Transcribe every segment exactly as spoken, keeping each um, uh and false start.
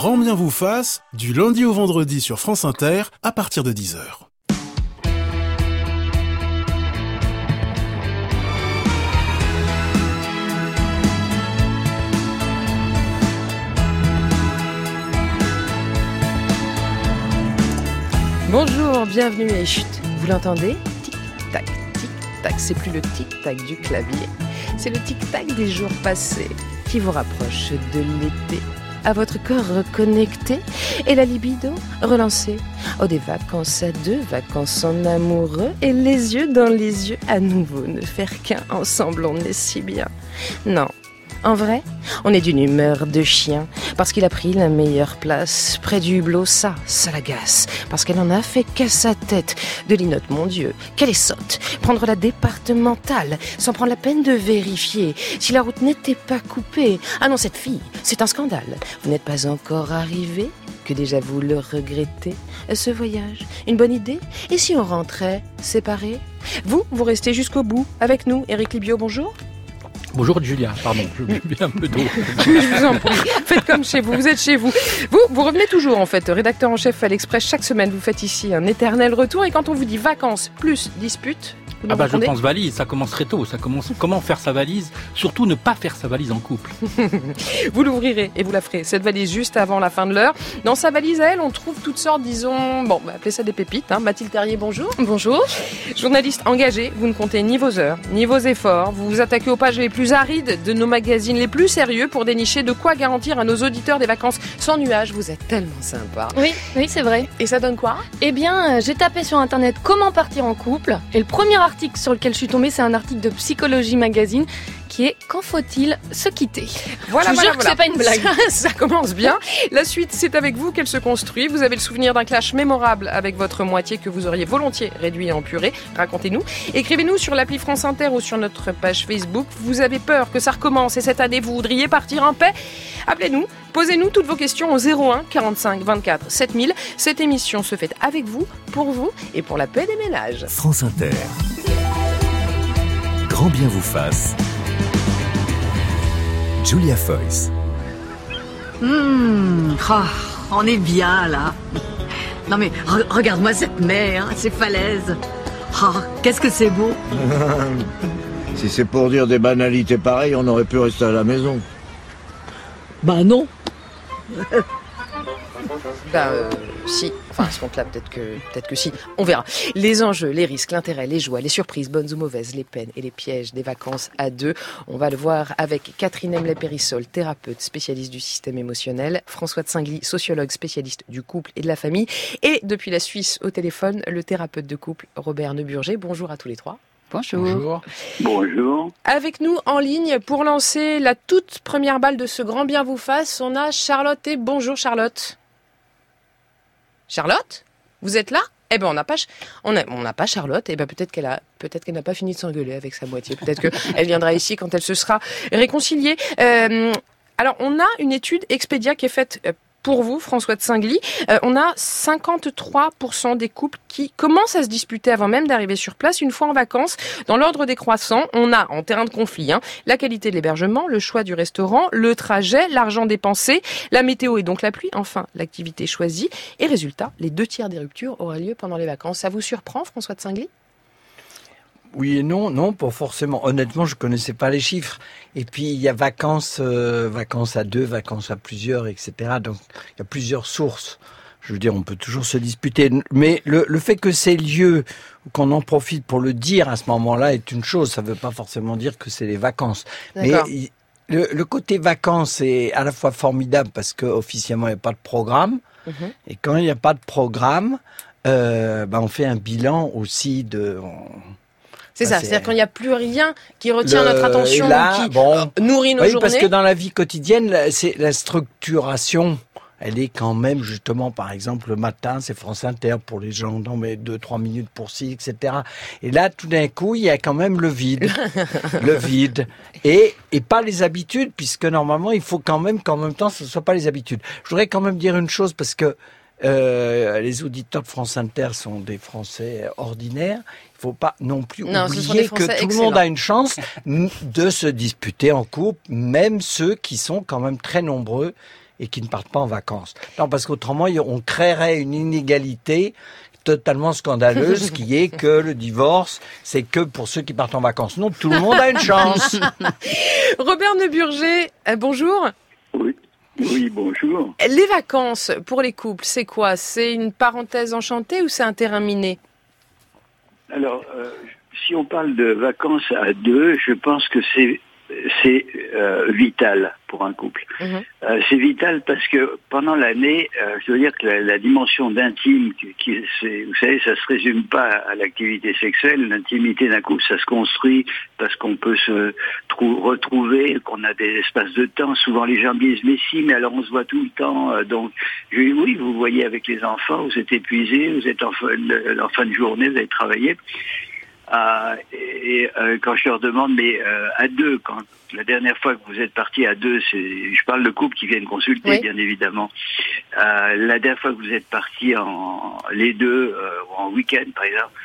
Grand bien vous fasse, du lundi au vendredi sur France Inter, à partir de dix heures. Bonjour, bienvenue et chut, vous l'entendez ? Tic-tac, tic-tac, c'est plus le tic-tac du clavier, c'est le tic-tac des jours passés qui vous rapproche de l'été. À votre corps reconnecté et la libido relancée. Oh, des vacances à deux, vacances en amoureux et les yeux dans les yeux à nouveau. Ne faire qu'un, ensemble on est si bien. Non, en vrai, on est d'une humeur de chien parce qu'il a pris la meilleure place près du hublot. Ça, ça l'agace parce qu'elle en a fait qu'à sa tête. De l'inote, mon Dieu, qu'elle est sotte. Prendre la départementale sans prendre la peine de vérifier si la route n'était pas coupée. Ah non, cette fille, c'est un scandale. Vous n'êtes pas encore arrivé que déjà vous le regrettez. Ce voyage, une bonne idée? Et si on rentrait séparés? Vous, vous restez jusqu'au bout avec nous. Éric Libio, bonjour. Bonjour Julia, pardon, je vais bien un peu d'eau. Je vous en prie, faites comme chez vous, vous êtes chez vous. Vous, vous revenez toujours en fait, rédacteur en chef à l'Express, chaque semaine vous faites ici un éternel retour et quand on vous dit vacances plus dispute, vous Ah bah répondez? je pense valise, ça commence très tôt, ça commence comment faire sa valise, surtout ne pas faire sa valise en couple. Vous l'ouvrirez et vous la ferez, cette valise juste avant la fin de l'heure. Dans sa valise à elle, on trouve toutes sortes, disons, bon, bah, appelez ça des pépites. Hein. Mathilde Terrier, bonjour. Bonjour. Journaliste engagé, vous ne comptez ni vos heures, ni vos efforts. Vous vous attaquez aux pages les plus arides de nos magazines les plus sérieux pour dénicher de quoi garantir à nos auditeurs des vacances sans nuages. Vous êtes tellement sympa. Oui, oui, c'est vrai. Et ça donne quoi? Eh bien, euh, j'ai tapé sur internet comment partir en couple et le premier article sur lequel je suis tombée, c'est un article de Psychologie Magazine qui est Quand faut-il se quitter? Voilà, je vous voilà, jure que voilà. c'est pas une blague. Ça, ça commence bien. La suite, c'est avec vous qu'elle se construit. Vous avez le souvenir d'un clash mémorable avec votre moitié que vous auriez volontiers réduit en purée. Racontez-nous. Écrivez-nous sur l'appli France Inter ou sur notre page Facebook. Vous avez peur que ça recommence et cette année, vous voudriez partir en paix? Appelez-nous. Posez-nous toutes vos questions au zéro un quarante-cinq vingt-quatre sept mille. Cette émission se fait avec vous, pour vous et pour la paix des ménages. France Inter. Grand bien vous fasse. Julia Foyce. Mmh, oh, on est bien là. Non mais re- regarde-moi cette mer, ces falaises. Oh, qu'est-ce que c'est beau. Si c'est pour dire des banalités pareilles, on aurait pu rester à la maison. Bah non. Ben euh, si, enfin à ce compte-là peut-être que peut-être que si, on verra. Les enjeux, les risques, l'intérêt, les joies, les surprises, bonnes ou mauvaises, les peines et les pièges des vacances à deux. On va le voir avec Catherine Emlet-Périssol, thérapeute spécialiste du système émotionnel, François de Singly, sociologue spécialiste du couple et de la famille, et depuis la Suisse au téléphone, le thérapeute de couple Robert Neuburger. Bonjour à tous les trois. Bonjour. Bonjour. Bonjour. Avec nous en ligne pour lancer la toute première balle de ce grand bien vous fasse, on a Charlotte et bonjour Charlotte. Charlotte, vous êtes là? Eh ben on n'a pas on a, on n'a pas Charlotte. Eh ben peut-être qu'elle a peut-être qu'elle n'a pas fini de s'engueuler avec sa moitié. Peut-être qu'elle viendra ici quand elle se sera réconciliée. Euh, alors on a une étude Expedia qui est faite pour vous, François de Singly. Euh, on a cinquante-trois pour cent des couples qui commencent à se disputer avant même d'arriver sur place. Une fois en vacances, dans l'ordre décroissant, on a en terrain de conflit hein, la qualité de l'hébergement, le choix du restaurant, le trajet, l'argent dépensé, la météo et donc la pluie, enfin l'activité choisie. Et résultat, les deux tiers des ruptures auraient lieu pendant les vacances. Ça vous surprend, François de Singly ? Oui et non, non, pas forcément. Honnêtement, je connaissais pas les chiffres. Et puis, il y a vacances, euh, vacances à deux, vacances à plusieurs, et cetera. Donc, il y a plusieurs sources. Je veux dire, on peut toujours se disputer. Mais le, le fait que c'est lieu, qu'on en profite pour le dire à ce moment-là est une chose. Ça veut pas forcément dire que c'est les vacances. D'accord. Mais le, le côté vacances est à la fois formidable parce qu'officiellement, il n'y a pas de programme. Mm-hmm. Et quand il n'y a pas de programme, euh, ben, on fait un bilan aussi de... On, C'est ça, c'est... c'est-à-dire quand il n'y a plus rien qui retient le... notre attention, là, qui bon, nourrit nos oui, journées. Parce que dans la vie quotidienne, la, c'est la structuration, elle est quand même justement, par exemple, le matin, c'est France Inter pour les gens, non mais deux, trois minutes pour ci, et cetera. Et là, tout d'un coup, il y a quand même le vide, le vide, et et pas les habitudes, puisque normalement, il faut quand même qu'en même temps, ce ne soit pas les habitudes. Je voudrais quand même dire une chose parce que Euh, les auditeurs de France Inter sont des Français ordinaires. Il faut pas non plus non, oublier que tout excellents. Le monde a une chance de se disputer en couple, même ceux qui sont quand même très nombreux et qui ne partent pas en vacances. Non, parce qu'autrement, on créerait une inégalité totalement scandaleuse qui est que le divorce, c'est que pour ceux qui partent en vacances. Non, tout le monde a une chance. Robert Neuburger, euh, bonjour. Oui. Oui, bonjour. Les vacances pour les couples, c'est quoi? C'est une parenthèse enchantée ou c'est un terrain miné? Alors, euh, si on parle de vacances à deux, je pense que c'est c'est euh, vital pour un couple. Mmh. Euh, c'est vital parce que pendant l'année, euh, je veux dire que la, la dimension d'intime, qui, qui c'est, vous savez, ça se résume pas à l'activité sexuelle. L'intimité d'un couple, ça se construit parce qu'on peut se trou- retrouver, qu'on a des espaces de temps. Souvent, les gens disent mais si, mais alors on se voit tout le temps. Euh, donc, je dis oui, vous voyez avec les enfants, vous êtes épuisés, vous êtes en fin, en fin de journée, vous avez travaillé. Euh, et euh, quand je leur demande, mais euh, à deux, quand la dernière fois que vous êtes partis à deux, c'est, je parle de couples qui viennent consulter, oui. bien évidemment. Euh, la dernière fois que vous êtes partis en les deux euh, en week-end, par exemple,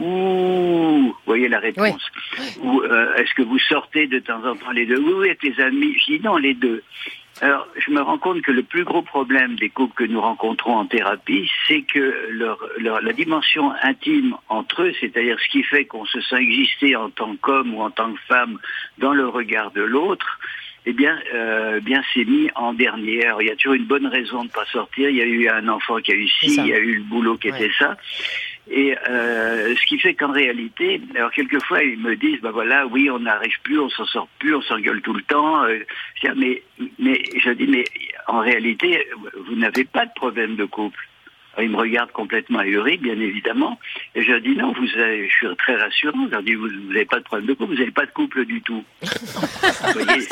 ouh, vous voyez la réponse. Oui. Ou euh, est-ce que vous sortez de temps en temps les deux? Oui, oui, avec les amis. Je dis non, les deux. Alors, je me rends compte que le plus gros problème des couples que nous rencontrons en thérapie, c'est que leur, leur, la dimension intime entre eux, c'est-à-dire ce qui fait qu'on se sent exister en tant qu'homme ou en tant que femme dans le regard de l'autre, eh bien, euh, bien c'est mis en dernier. Alors, il y a toujours une bonne raison de ne pas sortir. Il y a eu un enfant qui a eu ci, il y a eu le boulot qui ouais. était ça. Et euh, ce qui fait qu'en réalité, alors quelquefois ils me disent, bah voilà, oui, on n'arrive plus, on s'en sort plus, on s'engueule tout le temps. Euh, mais, mais je dis, mais en réalité, vous n'avez pas de problème de couple. Alors, ils me regardent complètement ahuri, bien évidemment. Et je leur dis, non, vous avez, je suis très rassurant. Je leur dis, vous n'avez pas de problème de couple, vous n'avez pas de couple du tout. Vous voyez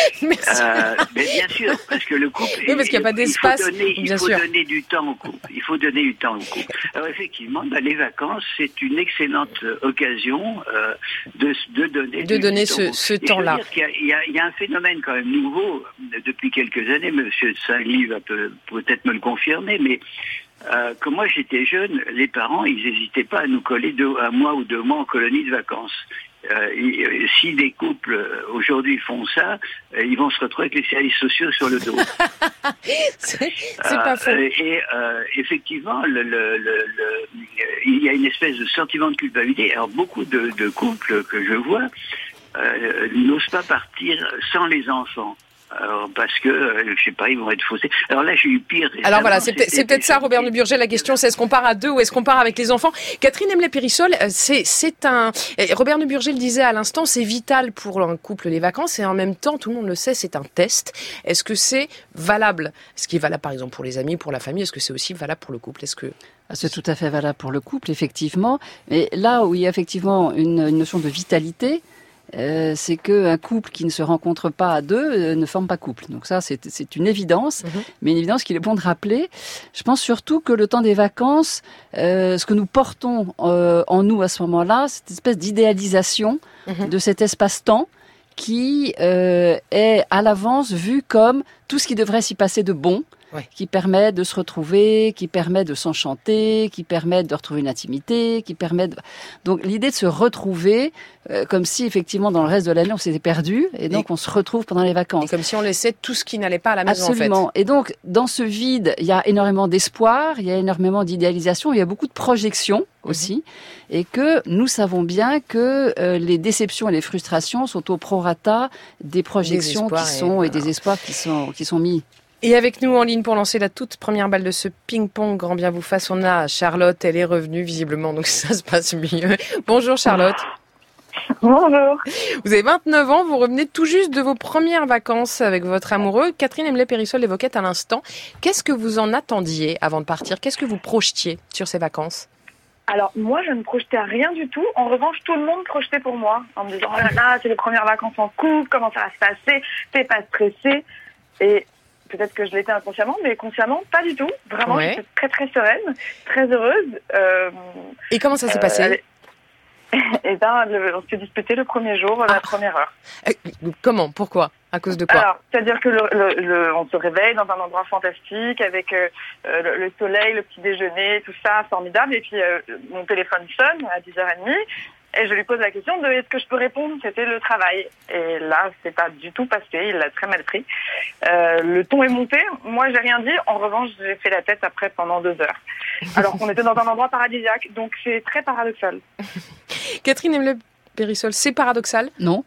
euh, mais bien sûr, parce que le couple... Oui, parce qu'il n'y a pas d'espace, il faut donner, bien il faut sûr. donner du temps au couple. Il faut donner du temps au couple. Alors effectivement, bah, les vacances, c'est une excellente occasion euh, de, de donner de du, donner du ce, temps. ce temps-là. Il y, a, il, y a, il y a un phénomène quand même nouveau depuis quelques années. Monsieur Saint-Ly va peut, peut-être me le confirmer, mais Euh, quand moi j'étais jeune, les parents, ils n'hésitaient pas à nous coller deux, un mois ou deux mois en colonie de vacances. Euh, et, si des couples euh, aujourd'hui font ça, euh, ils vont se retrouver avec les services sociaux sur le dos. c'est c'est euh, pas faux. Et euh, effectivement, le, le, le, le, il y a une espèce de sentiment de culpabilité. Alors beaucoup de, de couples que je vois euh, n'osent pas partir sans les enfants. Alors, parce que, euh, je sais pas, ils vont être faussés. Alors là, j'ai eu pire. Alors voilà, c'est, c'est peut-être ça, Robert Neuburger. La question, c'est est-ce qu'on part à deux ou est-ce qu'on part avec les enfants? Catherine Emlet-Périssol, c'est, c'est un... Robert Neuburger le disait à l'instant, c'est vital pour un couple les vacances et en même temps, tout le monde le sait, c'est un test. Est-ce que c'est valable? Est-ce qu'il est valable, par exemple, pour les amis, pour la famille? Est-ce que c'est aussi valable pour le couple? Est-ce que... C'est tout à fait valable pour le couple, effectivement. Mais là où il y a effectivement une, une notion de vitalité, Euh, c'est qu'un couple qui ne se rencontre pas à deux euh, ne forme pas couple. Donc ça, c'est, c'est une évidence, mmh. mais une évidence qu'il est bon de rappeler. Je pense surtout que le temps des vacances, euh, ce que nous portons euh, en nous à ce moment-là, c'est une espèce d'idéalisation mmh. de cet espace-temps qui euh, est à l'avance vu comme tout ce qui devrait s'y passer de bon, ouais. qui permet de se retrouver, qui permet de s'enchanter, qui permet de retrouver une intimité, qui permet de... Donc l'idée de se retrouver, euh, comme si effectivement dans le reste de l'année on s'était perdu, et donc et... on se retrouve pendant les vacances. Et comme si on laissait tout ce qui n'allait pas à la maison. Absolument. En fait. Et donc dans ce vide, il y a énormément d'espoir, il y a énormément d'idéalisation, il y a beaucoup de projections aussi, mmh. et que nous savons bien que euh, les déceptions et les frustrations sont au prorata des projections qui sont et, et des espoirs qui sont qui sont mis. Et avec nous en ligne pour lancer la toute première balle de ce ping-pong grand bien vous fasse, on a Charlotte, elle est revenue visiblement, donc ça se passe mieux. Bonjour Charlotte. Bonjour. Vous avez vingt-neuf ans, vous revenez tout juste de vos premières vacances avec votre amoureux. Catherine Emlet-Périssol l'évoquait à l'instant. Qu'est-ce que vous en attendiez avant de partir? Qu'est-ce que vous projetiez sur ces vacances? Alors, moi, je ne projetais rien du tout. En revanche, tout le monde projetait pour moi, en me disant « Oh là là, c'est les premières vacances en couple, comment ça va se passer? T'es pas stressée ?» Et peut-être que je l'étais inconsciemment, mais consciemment, pas du tout. Vraiment, ouais. J'étais très très sereine, très heureuse. Euh, Et comment ça s'est euh, passé? Et ben, le, on s'est disputé le premier jour, ah. la première heure. Euh, comment? Pourquoi? À cause de quoi? Alors, c'est-à-dire que le, le, le, on se réveille dans un endroit fantastique avec euh, le, le soleil, le petit déjeuner, tout ça, formidable. Et puis, euh, mon téléphone sonne à dix heures trente et je lui pose la question de est-ce que je peux répondre? C'était le travail. Et là, c'est pas du tout passé. Il l'a très mal pris. Euh, le ton est monté. Moi, j'ai rien dit. En revanche, j'ai fait la tête après pendant deux heures. Alors qu'on était dans un endroit paradisiaque. Donc, c'est très paradoxal. Catherine Emle Périssol, c'est paradoxal? Non.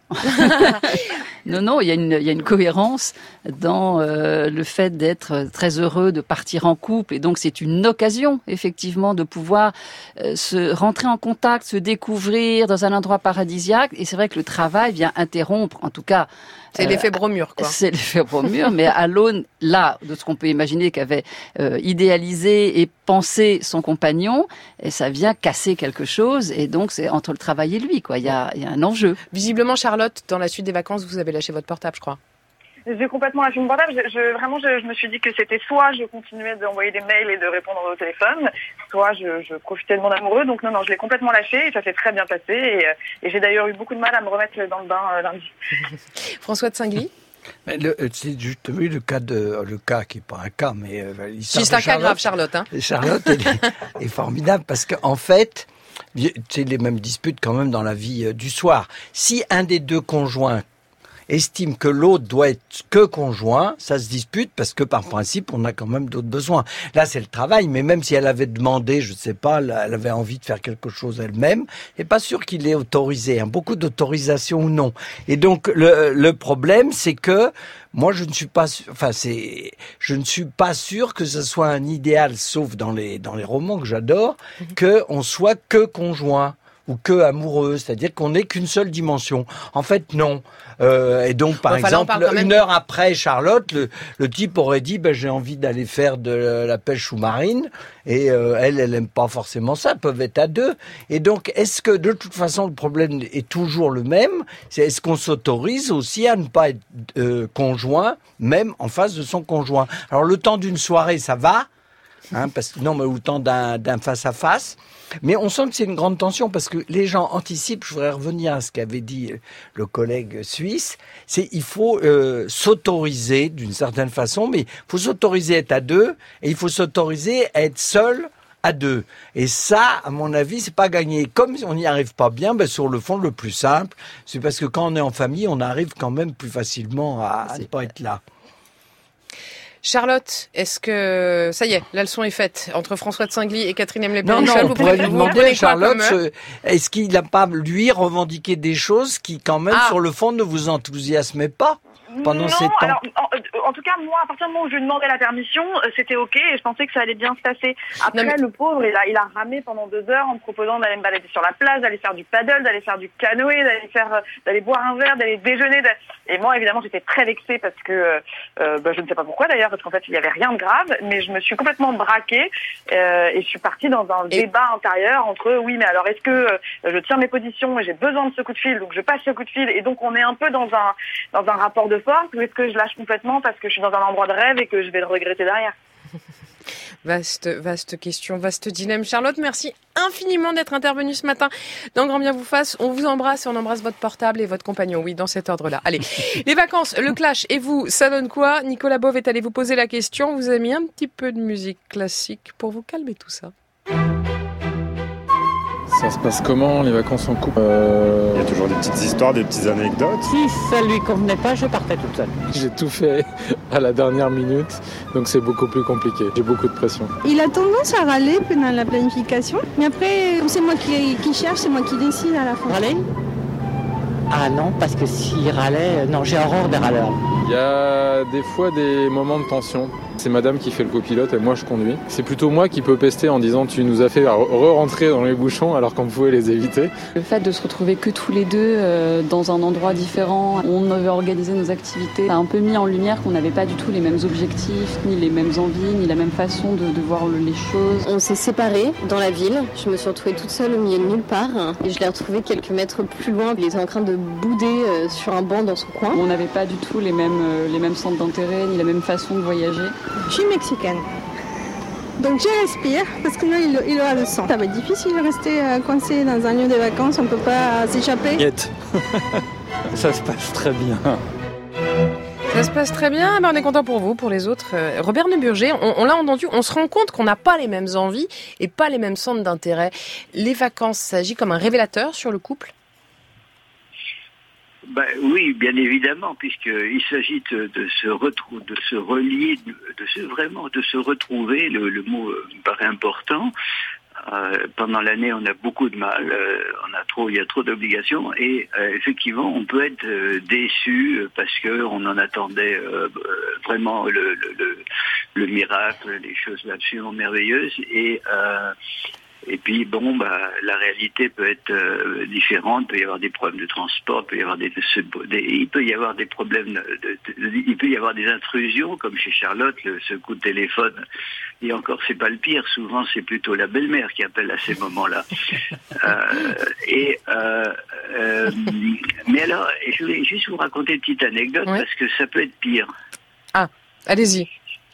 non, non, il y a une, il y a une cohérence dans euh, le fait d'être très heureux, de partir en couple. Et donc, c'est une occasion, effectivement, de pouvoir euh, se rentrer en contact, se découvrir dans un endroit paradisiaque. Et c'est vrai que le travail vient interrompre, en tout cas... C'est euh, l'effet Bromure, quoi. C'est l'effet Bromure, mais à l'aune, là, de ce qu'on peut imaginer qu'avait euh, idéalisé et pensé son compagnon, et ça vient casser quelque chose. Et donc, c'est entre le travail et lui, quoi. Il y a, il y a un enjeu. Visiblement, Charlotte, dans la suite des vacances, vous avez lâché votre portable, je crois. J'ai complètement lâché mon portable. Je, je, vraiment, je, je me suis dit que c'était soit je continuais d'envoyer des mails et de répondre au téléphone, soit je, je profitais de mon amoureux. Donc non, non, je l'ai complètement lâché et ça s'est très bien passé. Et, et j'ai d'ailleurs eu beaucoup de mal à me remettre dans le bain euh, lundi. François de Singly. Mais le, c'est juste vu le cas de le cas qui est pas un cas, mais euh, c'est un cas grave, Charlotte. Hein. Charlotte elle est, est formidable parce qu'en fait, c'est les mêmes disputes quand même dans la vie euh, du soir. Si un des deux conjoints estime que l'autre doit être que conjoint, ça se dispute parce que par principe, on a quand même d'autres besoins. Là, c'est le travail, mais même si elle avait demandé, je sais pas, elle avait envie de faire quelque chose elle-même, c'est pas sûr qu'il est autorisé, hein, beaucoup d'autorisation ou non. Et donc, le, le problème, c'est que moi, je ne suis pas, enfin, c'est, je ne suis pas sûr que ce soit un idéal, sauf dans les dans les romans que j'adore, que on soit que conjoint ou que amoureux, c'est-à-dire qu'on n'ait qu'une seule dimension. En fait, non. Euh, et donc, par enfin, exemple, là, une heure après Charlotte, le, le type aurait dit ben, « j'ai envie d'aller faire de la pêche sous-marine ». Et euh, elle, elle aime pas forcément ça, elles peuvent être à deux. Et donc, est-ce que, de toute façon, le problème est toujours le même? C'est est-ce qu'on s'autorise aussi à ne pas être euh, conjoint, même en face de son conjoint? Alors, le temps d'une soirée, ça va, hein, parce que non, mais le temps d'un, d'un face-à-face. Mais on sent que c'est une grande tension parce que les gens anticipent. Je voudrais revenir à ce qu'avait dit le collègue suisse. C'est il faut euh, s'autoriser d'une certaine façon, mais il faut s'autoriser à être à deux et il faut s'autoriser à être seul à deux. Et ça, à mon avis, c'est pas gagné. Comme on n'y arrive pas bien, ben sur le fond, le plus simple, c'est parce que quand on est en famille, on arrive quand même plus facilement à, à ne pas être là. Charlotte, est-ce que ça y est, la leçon est faite entre François de Singly et Catherine Emle Non, Périssol? non, on pourrait lui demander, Charlotte, comme... est-ce qu'il n'a pas, lui, revendiqué des choses qui, quand même, ah. sur le fond, ne vous enthousiasmaient pas pendant non, ces temps? Alors, en, en tout cas, moi, à partir du moment où je lui demandais la permission, c'était ok et je pensais que ça allait bien se passer. Après, non, mais... le pauvre, il a, il a ramé pendant deux heures en me proposant d'aller me balader sur la plage, d'aller faire du paddle, d'aller faire du canoë, d'aller faire, d'aller boire un verre, d'aller déjeuner. D'aller... Et moi, évidemment, j'étais très vexée parce que, euh, bah, je ne sais pas pourquoi d'ailleurs, parce qu'en fait, il n'y avait rien de grave, mais je me suis complètement braquée euh, et je suis partie dans un et... débat intérieur entre oui, mais alors est-ce que euh, je tiens mes positions et j'ai besoin de ce coup de fil, donc je passe ce coup de fil et donc on est un peu dans un dans un rapport de force, ou est-ce que je lâche complètement parce que je suis dans un endroit de rêve et que je vais le regretter derrière? Vaste, vaste question, vaste dilemme. Charlotte, merci infiniment d'être intervenue ce matin dans Grand Bien vous fasse. On vous embrasse et on embrasse votre portable et votre compagnon. Oui, dans cet ordre-là. Allez, les vacances, le clash et vous, ça donne quoi? Nicolas Beauve est allé vous poser la question. Vous avez mis un petit peu de musique classique pour vous calmer tout ça. Ça se passe comment, les vacances en couple? euh... Il y a toujours des petites histoires, des petites anecdotes. Si ça lui convenait pas, je partais toute seule. J'ai tout fait à la dernière minute, donc c'est beaucoup plus compliqué. J'ai beaucoup de pression. Il a tendance à râler pendant la planification, mais après, c'est moi qui, qui cherche, c'est moi qui décide à la fin. Râler? Ah non, parce que s'il râlait, non, j'ai horreur des râleurs. Il y a des fois des moments de tension. C'est madame qui fait le copilote et moi je conduis. C'est plutôt moi qui peux pester en disant tu nous as fait re-rentrer dans les bouchons alors qu'on pouvait les éviter. Le fait de se retrouver que tous les deux euh, dans un endroit différent, on avait organisé nos activités, ça a un peu mis en lumière qu'on n'avait pas du tout les mêmes objectifs, ni les mêmes envies, ni la même façon de, de voir les choses. On s'est séparés dans la ville, je me suis retrouvée toute seule au milieu de nulle part et je l'ai retrouvé quelques mètres plus loin. Il était en train de bouder euh, sur un banc dans son coin. On n'avait pas du tout les mêmes, euh, les mêmes centres d'intérêt, ni la même façon de voyager. Je suis mexicaine. Donc je respire parce que là il, il aura le sang. Ça va être difficile de rester coincé dans un lieu de vacances, on ne peut pas s'échapper. Niet. Ça se passe très bien. Ça se passe très bien, ben on est content pour vous, pour les autres. Euh, Robert Neuburger, on, on l'a entendu, on se rend compte qu'on n'a pas les mêmes envies et pas les mêmes centres d'intérêt. Les vacances, ça agit comme un révélateur sur le couple ? Ben, oui, bien évidemment, puisqu'il s'agit de, de se retrouver, de se relier, de, de se vraiment de se retrouver. Le, le mot me paraît important. Euh, pendant l'année, on a beaucoup de mal, euh, on a trop, il y a trop d'obligations, et euh, effectivement, on peut être euh, déçu parce que on en attendait euh, vraiment le, le, le, le miracle, les choses absolument merveilleuses, et euh, et puis bon, bah la réalité peut être euh, différente. Il peut y avoir des problèmes de transport, il peut y avoir des, des il peut y avoir des problèmes, de, de, de, il peut y avoir des intrusions, comme chez Charlotte, le, ce coup de téléphone. Et encore, c'est pas le pire. Souvent, c'est plutôt la belle-mère qui appelle à ces moments-là. euh, et euh, euh, mais alors, je vais juste vous raconter une petite anecdote, oui, parce que ça peut être pire. Ah, allez-y.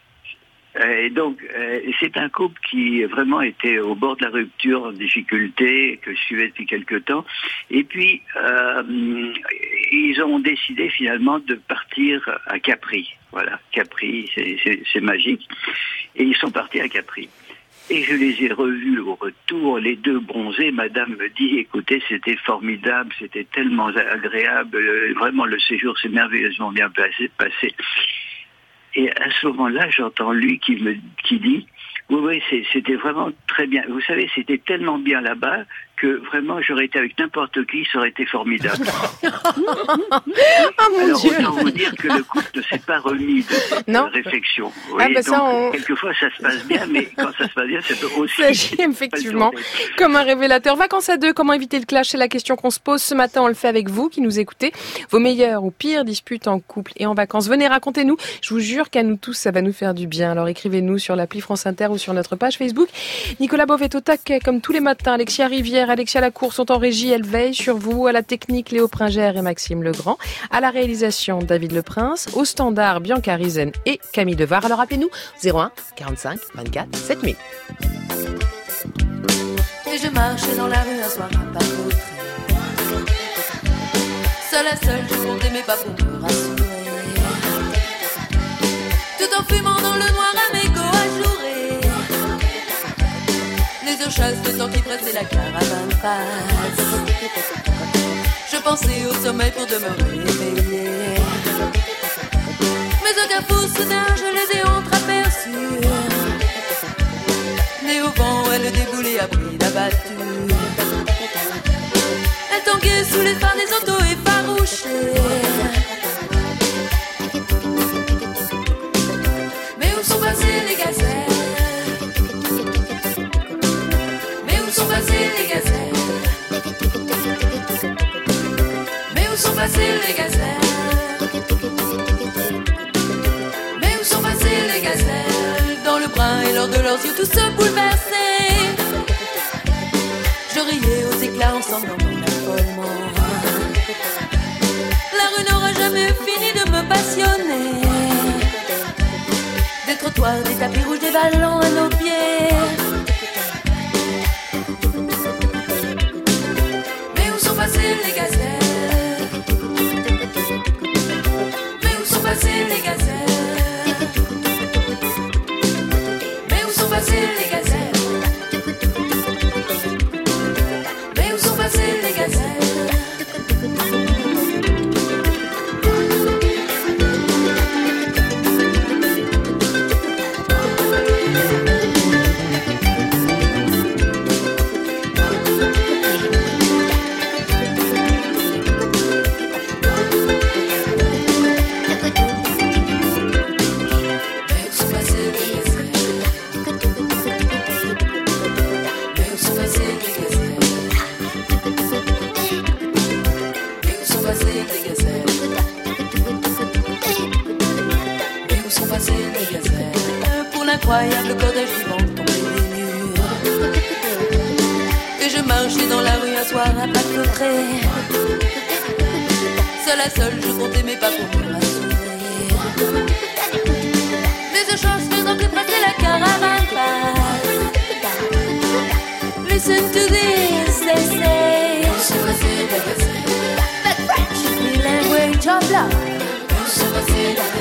Et donc, euh, c'est un couple qui vraiment était au bord de la rupture, en difficulté, que je suivais depuis quelque temps. Et puis, euh, ils ont décidé finalement de partir à Capri. Voilà, Capri, c'est, c'est, c'est magique. Et ils sont partis à Capri. Et je les ai revus au retour, les deux bronzés. Madame me dit, écoutez, c'était formidable, c'était tellement agréable. Vraiment, le séjour s'est merveilleusement bien passé. passé. Et à ce moment-là, j'entends lui qui me qui dit, oui, oui, c'est, c'était vraiment très bien. Vous savez, c'était tellement bien là-bas que vraiment, j'aurais été avec n'importe qui, ça aurait été formidable. Oh mon Alors, Dieu. autant vous dire que le couple ne s'est pas remis de cette non. réflexion. Ah, Oui, bah donc, ça, on... quelquequefois, ça se passe bien, mais quand ça se passe bien, ça peut aussi... Ça agit effectivement comme un révélateur. Vacances à deux, comment éviter le clash ? C'est la question qu'on se pose ce matin. On le fait avec vous qui nous écoutez. Vos meilleures ou pires disputes en couple et en vacances. Venez, racontez-nous. Je vous jure qu'à nous tous, ça va nous faire du bien. Alors écrivez-nous sur l'appli France Inter ou sur notre page Facebook. Nicolas Beauvais est au taquet comme tous les matins. Alexia Rivière, Alexia Lacour sont en régie. Elle veille sur vous. À la technique, Léo Pringère et Maxime Legrand. À la réalisation, David Leprince. Au standard, Bianca Rizen et Camille Devar. Alors appelez-nous zéro un quarante-cinq vingt-quatre sept mille. Et je marchais dans la rue un soir par votre seule à seule, je comptais mes pas pour me rassurer. Tout en fumant dans le noir un mégot ajouré. Les yeux chassent le temps qui pressait la caravane passe. Je pensais au sommeil pour de me réveiller. Mais au carrefour soudain je les ai entreaperçus. Née au vent, elle déboulait a pris la battue. Elle tanguait sous les phares des autos effarouchés. Mais où sont passées les gazelles? Mais où sont passées les gazelles? Mais où sont passées les gazelles? Mais où sont passées les gazelles? Dans le brin et lors de leurs yeux tous se bouleversaient. Je riais aux éclats ensemble dans mon affolement. La rue n'aura jamais fini de me passionner. Des trottoirs, des tapis rouges, des ballons à nos pieds. Mais où sont passées les gazelles? Mais où sont passées les gazelles? Mais où sont passées les gazelles? Mais où sont passées les gazelles? Incroyable cortège vivant tombé des murs. Et je marchais dans la rue un soir à pas feutré. Seul à seul je comptais mes pas pour me rassurer. Les échanges faisant que presser la caravane passe. Listen to this, they say. The French, the language of love.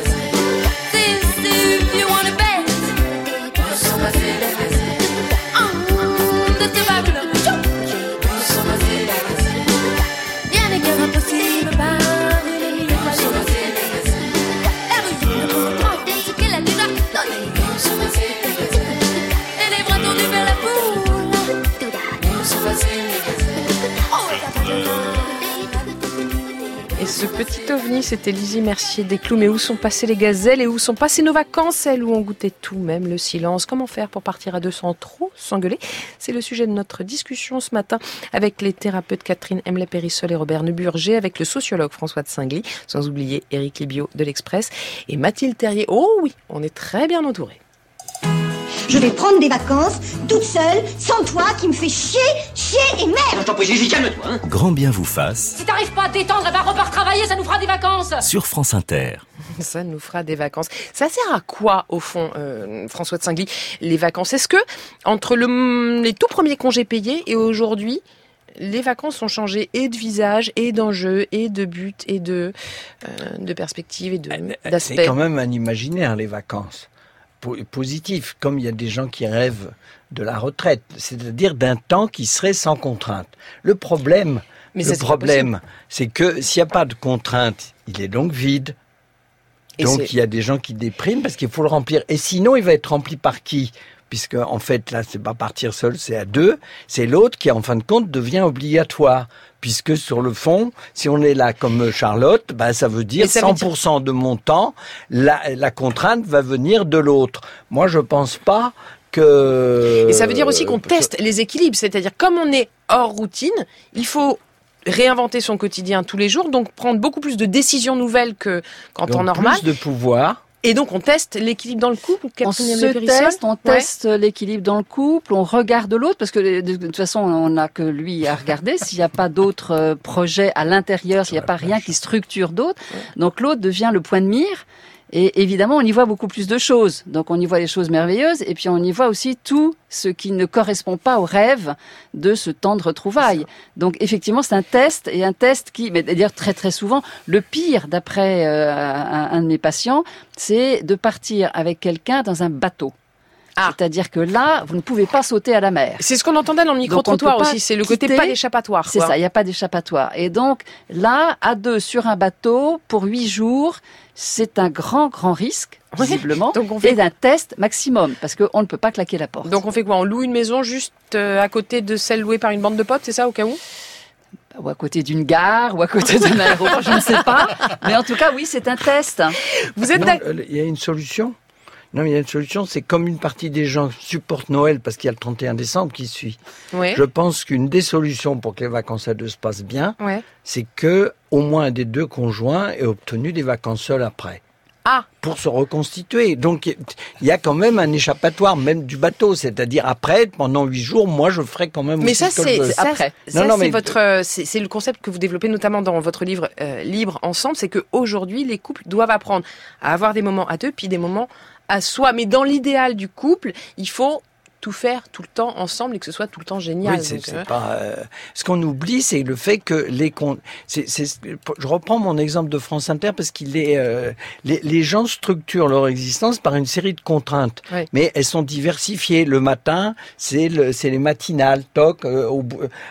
Ce petit ovni, c'était Lizzie Mercier des Clous. Mais où sont passées les gazelles et où sont passées nos vacances, celles où on goûtait tout, même le silence? Comment faire pour partir à deux sans trop s'engueuler? C'est le sujet de notre discussion ce matin avec les thérapeutes Catherine Emlet-Périssol et Robert Neuburger, avec le sociologue François de Singly, sans oublier Éric Libio de l'Express et Mathilde Terrier. Oh oui, on est très bien entourés. Je vais prendre des vacances, toute seule, sans toi, qui me fait chier, chier et merde. Je t'en prie, Gigi, calme-toi. Hein. Grand bien vous fasse. Si t'arrives pas à te détendre, eh ben repars travailler, ça nous fera des vacances. Sur France Inter. Ça nous fera des vacances. Ça sert à quoi, au fond, euh, François de Singly, les vacances? Est-ce que, entre le, les tout premiers congés payés et aujourd'hui, les vacances ont changé et de visage, et d'enjeux, et de buts, et de, euh, de perspectives, et de, d'aspects? C'est quand même un imaginaire, les vacances. Positif, comme il y a des gens qui rêvent de la retraite, c'est-à-dire d'un temps qui serait sans contrainte. Le problème, Mais le problème, c'est que s'il n'y a pas de contrainte, il est donc vide. Et donc c'est... il y a des gens qui dépriment parce qu'il faut le remplir. Et sinon, il va être rempli par qui? Puisque en fait, là, c'est pas partir seul, c'est à deux. C'est l'autre qui, en fin de compte, devient obligatoire. Puisque sur le fond, si on est là comme Charlotte, ben ça veut dire ça cent pour cent veut dire... de mon temps, la, la contrainte va venir de l'autre. Moi, je pense pas que... Et ça veut dire aussi qu'on teste les équilibres. C'est-à-dire, comme on est hors routine, il faut réinventer son quotidien tous les jours, donc prendre beaucoup plus de décisions nouvelles que qu'en temps normal. Plus de pouvoir. Et donc, on teste l'équilibre dans le couple? On se teste, on teste ouais. l'équilibre dans le couple, on regarde l'autre, parce que de toute façon, on n'a que lui à regarder. S'il n'y a pas d'autres projets à l'intérieur, s'il n'y a pas rien qui structure d'autres, donc l'autre devient le point de mire. Et évidemment, on y voit beaucoup plus de choses. Donc, on y voit les choses merveilleuses, et puis on y voit aussi tout ce qui ne correspond pas au rêve de ce temps de retrouvailles. Donc, effectivement, c'est un test, et un test qui, mais d'ailleurs, très très souvent, le pire, d'après euh, un, un de mes patients, c'est de partir avec quelqu'un dans un bateau. Ah. C'est-à-dire que là, vous ne pouvez pas sauter à la mer. C'est ce qu'on entendait dans le micro-trottoir aussi, c'est le côté pas d'échappatoire. C'est ça, il n'y a pas d'échappatoire. Et donc, là, à deux sur un bateau, pour huit jours, c'est un grand, grand risque, visiblement, donc on fait... et d'un test maximum, parce qu'on ne peut pas claquer la porte. Donc on fait quoi? On loue une maison juste euh, à côté de celle louée par une bande de potes, c'est ça, au cas où? Ou à côté d'une gare, ou à côté d'un aéroport, je ne sais pas. Mais en tout cas, oui, c'est un test. Vous êtes... Il y a une solution. Non, mais il y a une solution, c'est comme une partie des gens supportent Noël parce qu'il y a le trente et un décembre qui suit. Oui. Je pense qu'une des solutions pour que les vacances à deux se passent bien, ouais. c'est que au moins un des deux conjoints ait obtenu des vacances seules après. Ah. Pour se reconstituer. Donc, il y a quand même un échappatoire, même du bateau. C'est-à-dire, après, pendant huit jours, moi, je ferai quand même... Mais ça, c'est, c'est après. Ça, non, non, c'est, mais... votre, c'est, c'est le concept que vous développez notamment dans votre livre euh, Libre Ensemble, c'est qu'aujourd'hui, les couples doivent apprendre à avoir des moments à deux, puis des moments à soi. Mais dans l'idéal du couple, il faut tout faire tout le temps ensemble et que ce soit tout le temps génial. Oui, c'est, donc, c'est euh... pas. Euh... Ce qu'on oublie, c'est le fait que les comptes. C'est, c'est... Je reprends mon exemple de France Inter parce qu'il est. Euh... Les, les gens structurent leur existence par une série de contraintes, oui. mais elles sont diversifiées. Le matin, c'est le, c'est les matinales. Toc. Euh, au...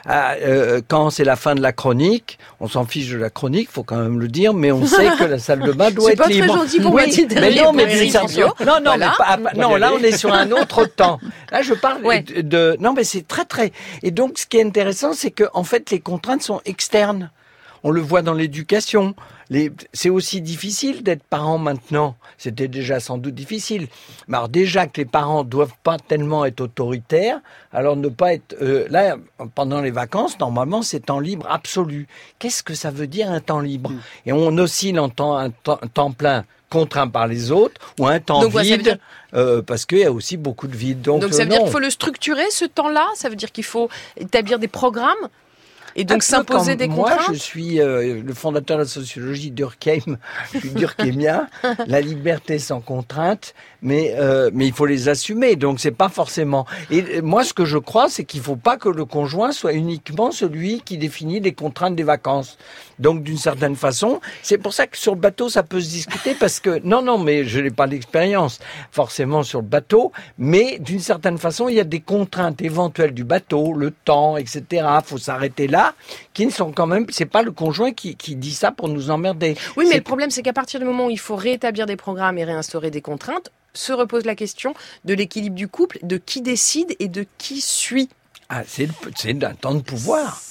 euh, quand c'est la fin de la chronique, on s'en fiche de la chronique, faut quand même le dire, mais on sait que la salle de bain doit c'est être pas libre. Très gentil pour oui, mais non, mais d'une certaine... non, non, voilà. mais pas, non, là on est sur un autre temps. Là, je parle ouais. de, de... Non, mais c'est très, très... Et donc, ce qui est intéressant, c'est que, en fait, les contraintes sont externes. On le voit dans l'éducation. Les... C'est aussi difficile d'être parent maintenant. C'était déjà sans doute difficile. Mais alors, déjà que les parents doivent pas tellement être autoritaires, alors ne pas être... Euh, là, pendant les vacances, normalement, c'est temps libre absolu. Qu'est-ce que ça veut dire, un temps libre? mmh. Et on oscille en temps, un, temps, un temps plein contraint par les autres, ou un temps donc, vide, dire... euh, parce qu'il y a aussi beaucoup de vide. Donc, donc ça euh, veut non. dire qu'il faut le structurer, ce temps-là? Ça veut dire qu'il faut établir des programmes et donc s'imposer des moi, contraintes? Moi, je suis euh, le fondateur de la sociologie Durkheim, je suis durkheimien, la liberté sans contrainte, mais euh, mais il faut les assumer, donc c'est pas forcément... Et moi, ce que je crois, c'est qu'il faut pas que le conjoint soit uniquement celui qui définit les contraintes des vacances. Donc, d'une certaine façon, c'est pour ça que sur le bateau, ça peut se discuter, parce que... Non, non, mais je n'ai pas d'expérience, forcément, sur le bateau, mais d'une certaine façon, il y a des contraintes éventuelles du bateau, le temps, et cetera. Il faut s'arrêter là, qui ne sont quand même... C'est pas le conjoint qui, qui dit ça pour nous emmerder. Oui, mais c'est... le problème, c'est qu'à partir du moment où il faut rétablir des programmes et réinstaurer des contraintes, se repose la question de l'équilibre du couple, de qui décide et de qui suit. Ah, c'est, le, c'est un temps de pouvoir.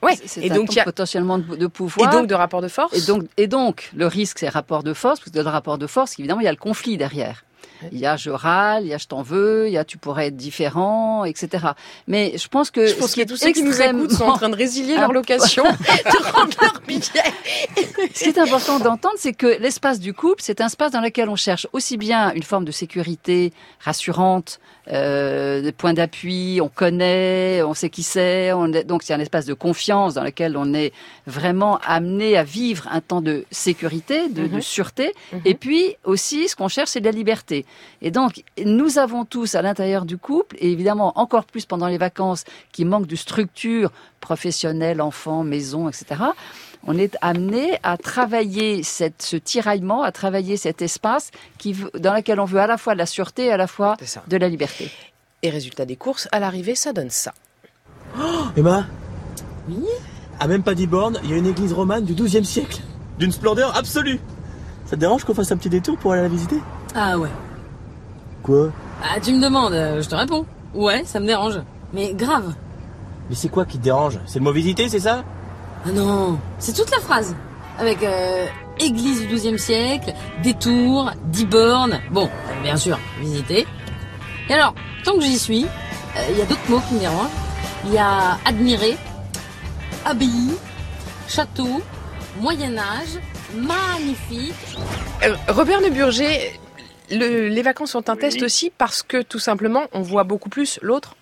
Ouais. C'est et un donc temps il y a potentiellement de, de pouvoir. Et donc de rapport de force. Et donc, et donc le risque, c'est rapport de force, parce que dans le rapport de force, évidemment, il y a le conflit derrière. Il y a je râle, il y a je t'en veux, il y a tu pourrais être différent, et cetera. Mais je pense que je pense ce qui que tous ceux qui nous écoutent sont en train de résilier leur location, de rendre leur billet. Ce qui est important d'entendre, c'est que l'espace du couple, c'est un espace dans lequel on cherche aussi bien une forme de sécurité rassurante, euh, des points d'appui, on connaît, on sait qui c'est, on est, donc c'est un espace de confiance dans lequel on est vraiment amené à vivre un temps de sécurité, de, mm-hmm. de sûreté, mm-hmm. et puis aussi ce qu'on cherche, c'est de la liberté. Et donc, nous avons tous à l'intérieur du couple, et évidemment encore plus pendant les vacances, qui manquent de structure professionnelle, enfants, maison, et cetera, on est amené à travailler cette, ce tiraillement, à travailler cet espace qui, dans lequel on veut à la fois de la sûreté et à la fois de la liberté. Et résultat des courses, à l'arrivée, ça donne ça. Oh, Emma. Oui. À même pas dix bornes, il y a une église romane du douzième siècle, d'une splendeur absolue. Ça te dérange qu'on fasse un petit détour pour aller la visiter? Ah ouais. Quoi? Ah, tu me demandes, euh, je te réponds. Ouais, ça me dérange. Mais grave. Mais c'est quoi qui te dérange? C'est le mot visiter, c'est ça? Ah non, c'est toute la phrase. Avec euh, église du douzième siècle, détour, dix bornes. Bon, bien sûr, visiter. Et alors, tant que j'y suis, il euh, y a d'autres mots qui me dérangent. Il y a admirer, abbaye, château, Moyen-Âge, magnifique. Euh, Robert Le Burger, le, les vacances sont un oui. test aussi parce que tout simplement, on voit beaucoup plus l'autre.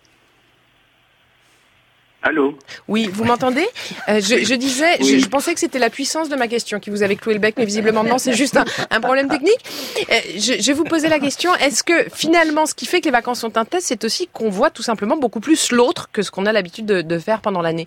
Allô? Oui, vous m'entendez? euh, je, je disais, oui. je, je pensais que c'était la puissance de ma question qui vous avait cloué le bec, mais visiblement non, c'est juste un, un problème technique. Euh, je, je vous posais la question, est-ce que finalement, ce qui fait que les vacances sont un test, c'est aussi qu'on voit tout simplement beaucoup plus l'autre que ce qu'on a l'habitude de, de faire pendant l'année?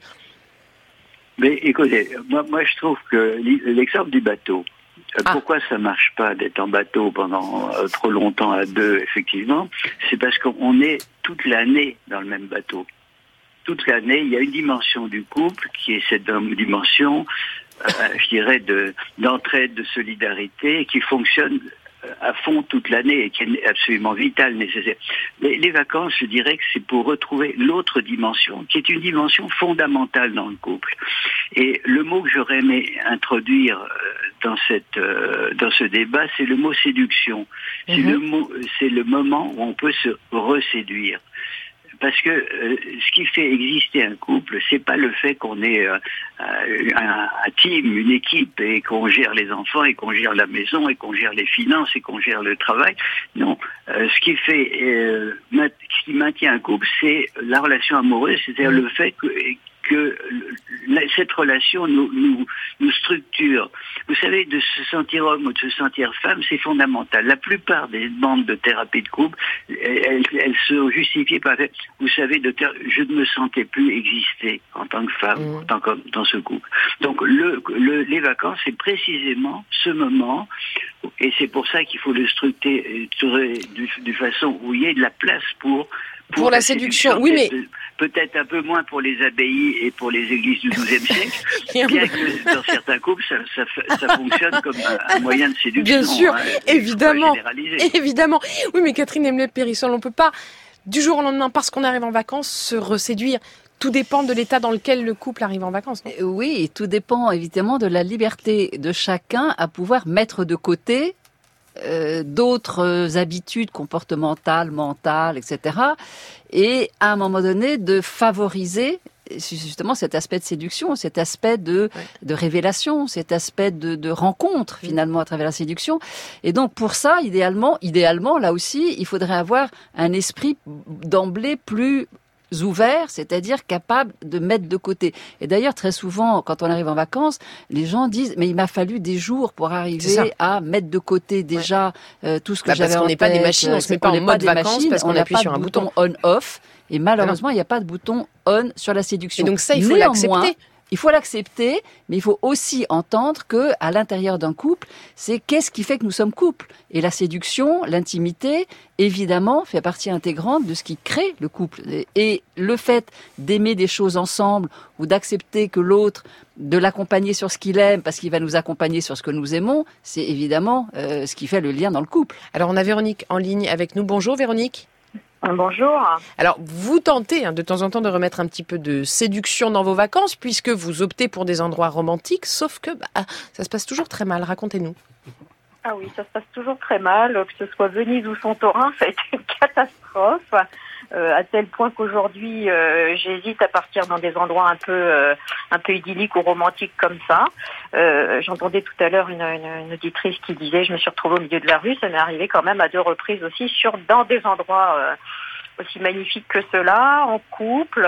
Mais écoutez, moi, moi je trouve que l'exemple du bateau, Ah. pourquoi ça marche pas d'être en bateau pendant euh, trop longtemps à deux, effectivement, c'est parce qu'on est toute l'année dans le même bateau. Toute l'année, il y a une dimension du couple qui est cette dimension, euh, je dirais, de, d'entraide, de solidarité, qui fonctionne à fond toute l'année et qui est absolument vitale, nécessaire. Les, les vacances, je dirais que c'est pour retrouver l'autre dimension, qui est une dimension fondamentale dans le couple. Et le mot que j'aurais aimé introduire dans cette euh, dans ce débat, c'est le mot séduction. C'est mm-hmm. le mot, c'est le moment où on peut se reséduire. Parce que euh, ce qui fait exister un couple, c'est pas le fait qu'on ait euh, un, un team, une équipe, et qu'on gère les enfants, et qu'on gère la maison, et qu'on gère les finances, et qu'on gère le travail. Non, euh, ce qui fait, euh, ce qui maintient un couple, c'est la relation amoureuse, c'est-à-dire le fait que que cette relation nous, nous, nous structure. Vous savez, de se sentir homme ou de se sentir femme, c'est fondamental. La plupart des demandes de thérapie de couple, elles, elles se justifient par fait, vous savez, de ter- je ne me sentais plus exister en tant que femme, mmh. en tant que dans ce couple. Donc, le, le, les vacances, c'est précisément ce moment, et c'est pour ça qu'il faut le structurer de façon où il y ait de la place pour Pour, pour la, la séduction, séduction, oui, mais... Peut-être un peu moins pour les abbayes et pour les églises du douzième siècle, bien que dans certains couples, ça, ça, ça fonctionne comme un, un moyen de séduction. Bien sûr, hein, évidemment, évidemment. Oui, mais Catherine Emblay-Périssol, on ne peut pas, du jour au lendemain, parce qu'on arrive en vacances, se reséduire. Tout dépend de l'état dans lequel le couple arrive en vacances, non ? Oui, tout dépend évidemment de la liberté de chacun à pouvoir mettre de côté Euh, d'autres habitudes comportementales, mentales, et cetera. Et à un moment donné, de favoriser justement cet aspect de séduction, cet aspect de, ouais. de révélation, cet aspect de, de rencontre finalement à travers la séduction. Et donc pour ça, idéalement, idéalement là aussi, il faudrait avoir un esprit d'emblée plus ouvert, c'est-à-dire capable de mettre de côté. Et d'ailleurs, très souvent, quand on arrive en vacances, les gens disent « mais il m'a fallu des jours pour arriver à mettre de côté déjà ouais. euh, tout ce que bah, j'avais en tête. » Parce qu'on n'est pas des machines, on se met pas en mode vacances parce qu'on appuie sur un bouton on-off. Et malheureusement, il n'y a pas de bouton on sur la séduction. Et donc ça, il faut Néanmoins, l'accepter. Il faut l'accepter, mais il faut aussi entendre que, à l'intérieur d'un couple, c'est qu'est-ce qui fait que nous sommes couple. Et la séduction, l'intimité, évidemment, fait partie intégrante de ce qui crée le couple. Et le fait d'aimer des choses ensemble ou d'accepter que l'autre, de l'accompagner sur ce qu'il aime parce qu'il va nous accompagner sur ce que nous aimons, c'est évidemment euh, ce qui fait le lien dans le couple. Alors on a Véronique en ligne avec nous. Bonjour Véronique. Bonjour. Alors, vous tentez hein, de temps en temps de remettre un petit peu de séduction dans vos vacances, puisque vous optez pour des endroits romantiques, sauf que bah, ça se passe toujours très mal. Racontez-nous. Ah oui, ça se passe toujours très mal, que ce soit Venise ou Santorin, ça a été une catastrophe, euh, à tel point qu'aujourd'hui, euh, j'hésite à partir dans des endroits un peu euh, un peu idylliques ou romantiques comme ça. Euh, j'entendais tout à l'heure une, une, une auditrice qui disait « je me suis retrouvée au milieu de la rue », ça m'est arrivé quand même à deux reprises aussi, sur dans des endroits euh, aussi magnifiques que ceux-là, en couple.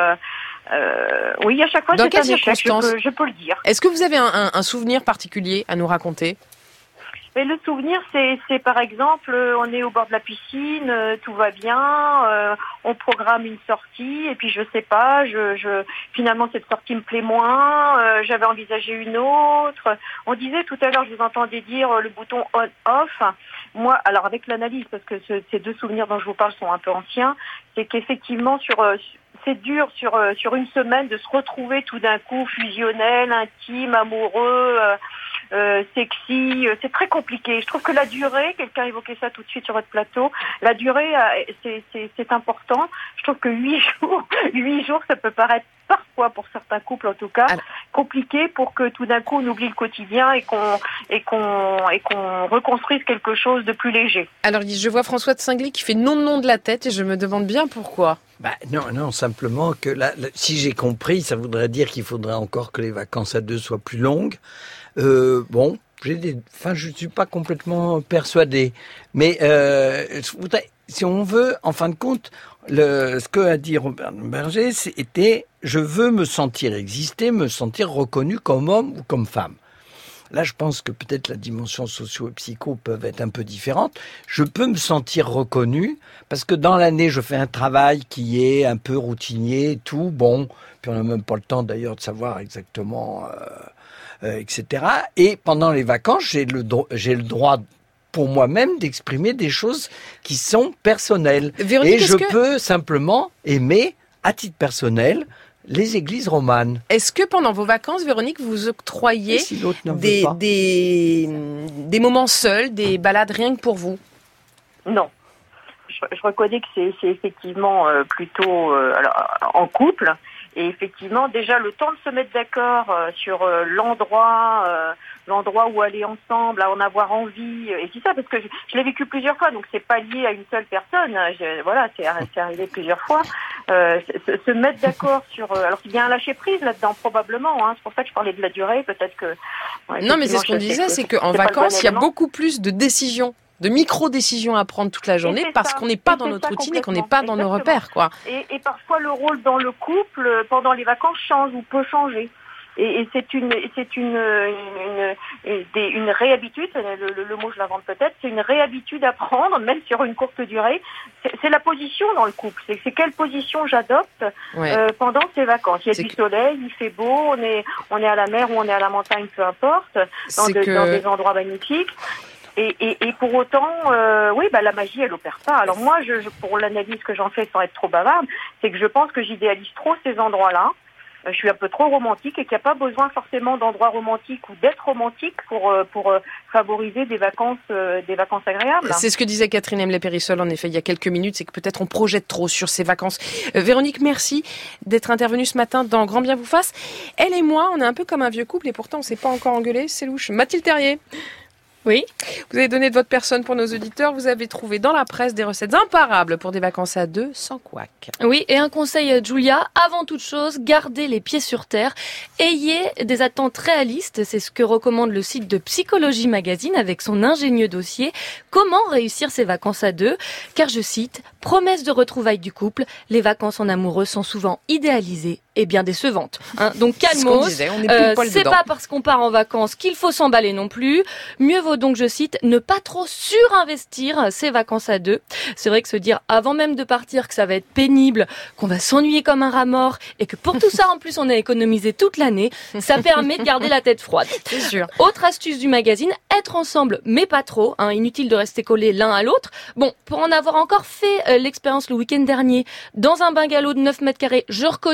Euh, oui, à chaque fois, dans c'est quelles un échec, je circonstances peux, je peux le dire. Est-ce que vous avez un, un, un souvenir particulier à nous raconter ? Mais le souvenir, c'est, c'est par exemple, on est au bord de la piscine, euh, tout va bien, euh, on programme une sortie, et puis je sais pas, je, je finalement cette sortie me plaît moins, euh, j'avais envisagé une autre. On disait tout à l'heure, je vous entendais dire euh, le bouton on/off. Moi, alors avec l'analyse, parce que ce, ces deux souvenirs dont je vous parle sont un peu anciens, c'est qu'effectivement sur euh, c'est dur sur euh, sur une semaine de se retrouver tout d'un coup fusionnel, intime, amoureux. Euh, Euh, sexy, c'est très compliqué. Je trouve que la durée, quelqu'un évoquait ça tout de suite sur votre plateau, la durée, c'est, c'est, c'est important. Je trouve que huit jours, huit jours, ça peut paraître parfois, pour certains couples en tout cas, Alors, compliqué pour que tout d'un coup on oublie le quotidien et qu'on et qu'on et qu'on reconstruise quelque chose de plus léger. Alors je vois François de Singly qui fait non non de la tête et je me demande bien pourquoi. Bah non, non, simplement que là, là, si j'ai compris, ça voudrait dire qu'il faudrait encore que les vacances à deux soient plus longues. Euh, bon, j'ai des, enfin, je suis pas complètement persuadé, mais euh, je voudrais, si on veut, en fin de compte, le, ce que a dit Robert Berger, c'était, je veux me sentir exister, me sentir reconnu comme homme ou comme femme. Là, je pense que peut-être la dimension socio-psycho peuvent être un peu différentes. Je peux me sentir reconnu parce que dans l'année, je fais un travail qui est un peu routinier et tout. Bon, puis on n'a même pas le temps d'ailleurs de savoir exactement, euh, euh, et cetera. Et pendant les vacances, j'ai le, dro- j'ai le droit pour moi-même d'exprimer des choses qui sont personnelles. Véronique, et je que... peux simplement aimer, à titre personnel, les églises romanes. Est-ce que pendant vos vacances, Véronique, vous octroyez si des, des, des moments seuls, des balades rien que pour vous ? Non. Je, je reconnais que c'est, c'est effectivement euh, plutôt euh, alors, en couple. Et effectivement, déjà, le temps de se mettre d'accord euh, sur euh, l'endroit, euh, l'endroit où aller ensemble, à en avoir envie. Et c'est ça, parce que je, je l'ai vécu plusieurs fois, donc c'est pas lié à une seule personne. Je, voilà, c'est, c'est arrivé plusieurs fois. Euh, se, se mettre d'accord sur... Euh, alors, il y a un lâcher-prise là-dedans, probablement. Hein, c'est pour ça que je parlais de la durée, peut-être que... Ouais, non, mais c'est ce qu'on disait, c'est qu'en vacances, il y a beaucoup plus de décisions, de micro-décisions à prendre toute la journée parce ça. qu'on n'est pas et dans notre routine et qu'on n'est pas Exactement. dans nos repères, quoi. Et, et parfois, le rôle dans le couple, pendant les vacances, change ou peut changer. Et, et c'est une, c'est une, une, une, une, une réhabitude, le, le, le mot je l'invente peut-être, c'est une réhabitude à prendre, même sur une courte durée. C'est, c'est la position dans le couple. C'est, c'est quelle position j'adopte ouais. euh, pendant ces vacances. Il y a c'est du soleil, il fait beau, on est, on est à la mer ou on est à la montagne, peu importe, dans, de, que... dans des endroits magnifiques. Et, et, et pour autant, euh, oui, bah la magie, elle opère pas. Alors moi, je, je, pour l'analyse que j'en fais sans être trop bavarde, c'est que je pense que j'idéalise trop ces endroits-là. Je suis un peu trop romantique et qu'il n'y a pas besoin forcément d'endroits romantiques ou d'être romantique pour pour favoriser des vacances des vacances agréables. C'est ce que disait Catherine Emlet-Périssol en effet il y a quelques minutes, c'est que peut-être on projette trop sur ces vacances. Euh, Véronique, merci d'être intervenue ce matin dans Grand Bien vous fasse. Elle et moi, on est un peu comme un vieux couple et pourtant on s'est pas encore engueulé, c'est louche. Mathilde Terrier. Oui. Vous avez donné de votre personne pour nos auditeurs. Vous avez trouvé dans la presse des recettes imparables pour des vacances à deux sans couac. Oui, et un conseil, Julia, avant toute chose, gardez les pieds sur terre. Ayez des attentes réalistes. C'est ce que recommande le site de Psychologie Magazine avec son ingénieux dossier. Comment réussir ses vacances à deux ? Car je cite, promesse de retrouvailles du couple, les vacances en amoureux sont souvent idéalisées et bien décevantes. Hein, donc calmos, c'est, euh, c'est pas parce qu'on part en vacances qu'il faut s'emballer non plus. Mieux vaut donc, je cite, ne pas trop surinvestir ses vacances à deux. C'est vrai que se dire avant même de partir que ça va être pénible, qu'on va s'ennuyer comme un rat mort et que pour tout ça en plus on a économisé toute l'année, ça permet de garder la tête froide. C'est sûr. Autre astuce du magazine, être ensemble mais pas trop, hein, inutile de rester collés l'un à l'autre. Bon, pour en avoir encore fait euh, l'expérience le week-end dernier dans un bungalow de neuf mètres carrés, je reconnais que ce n'est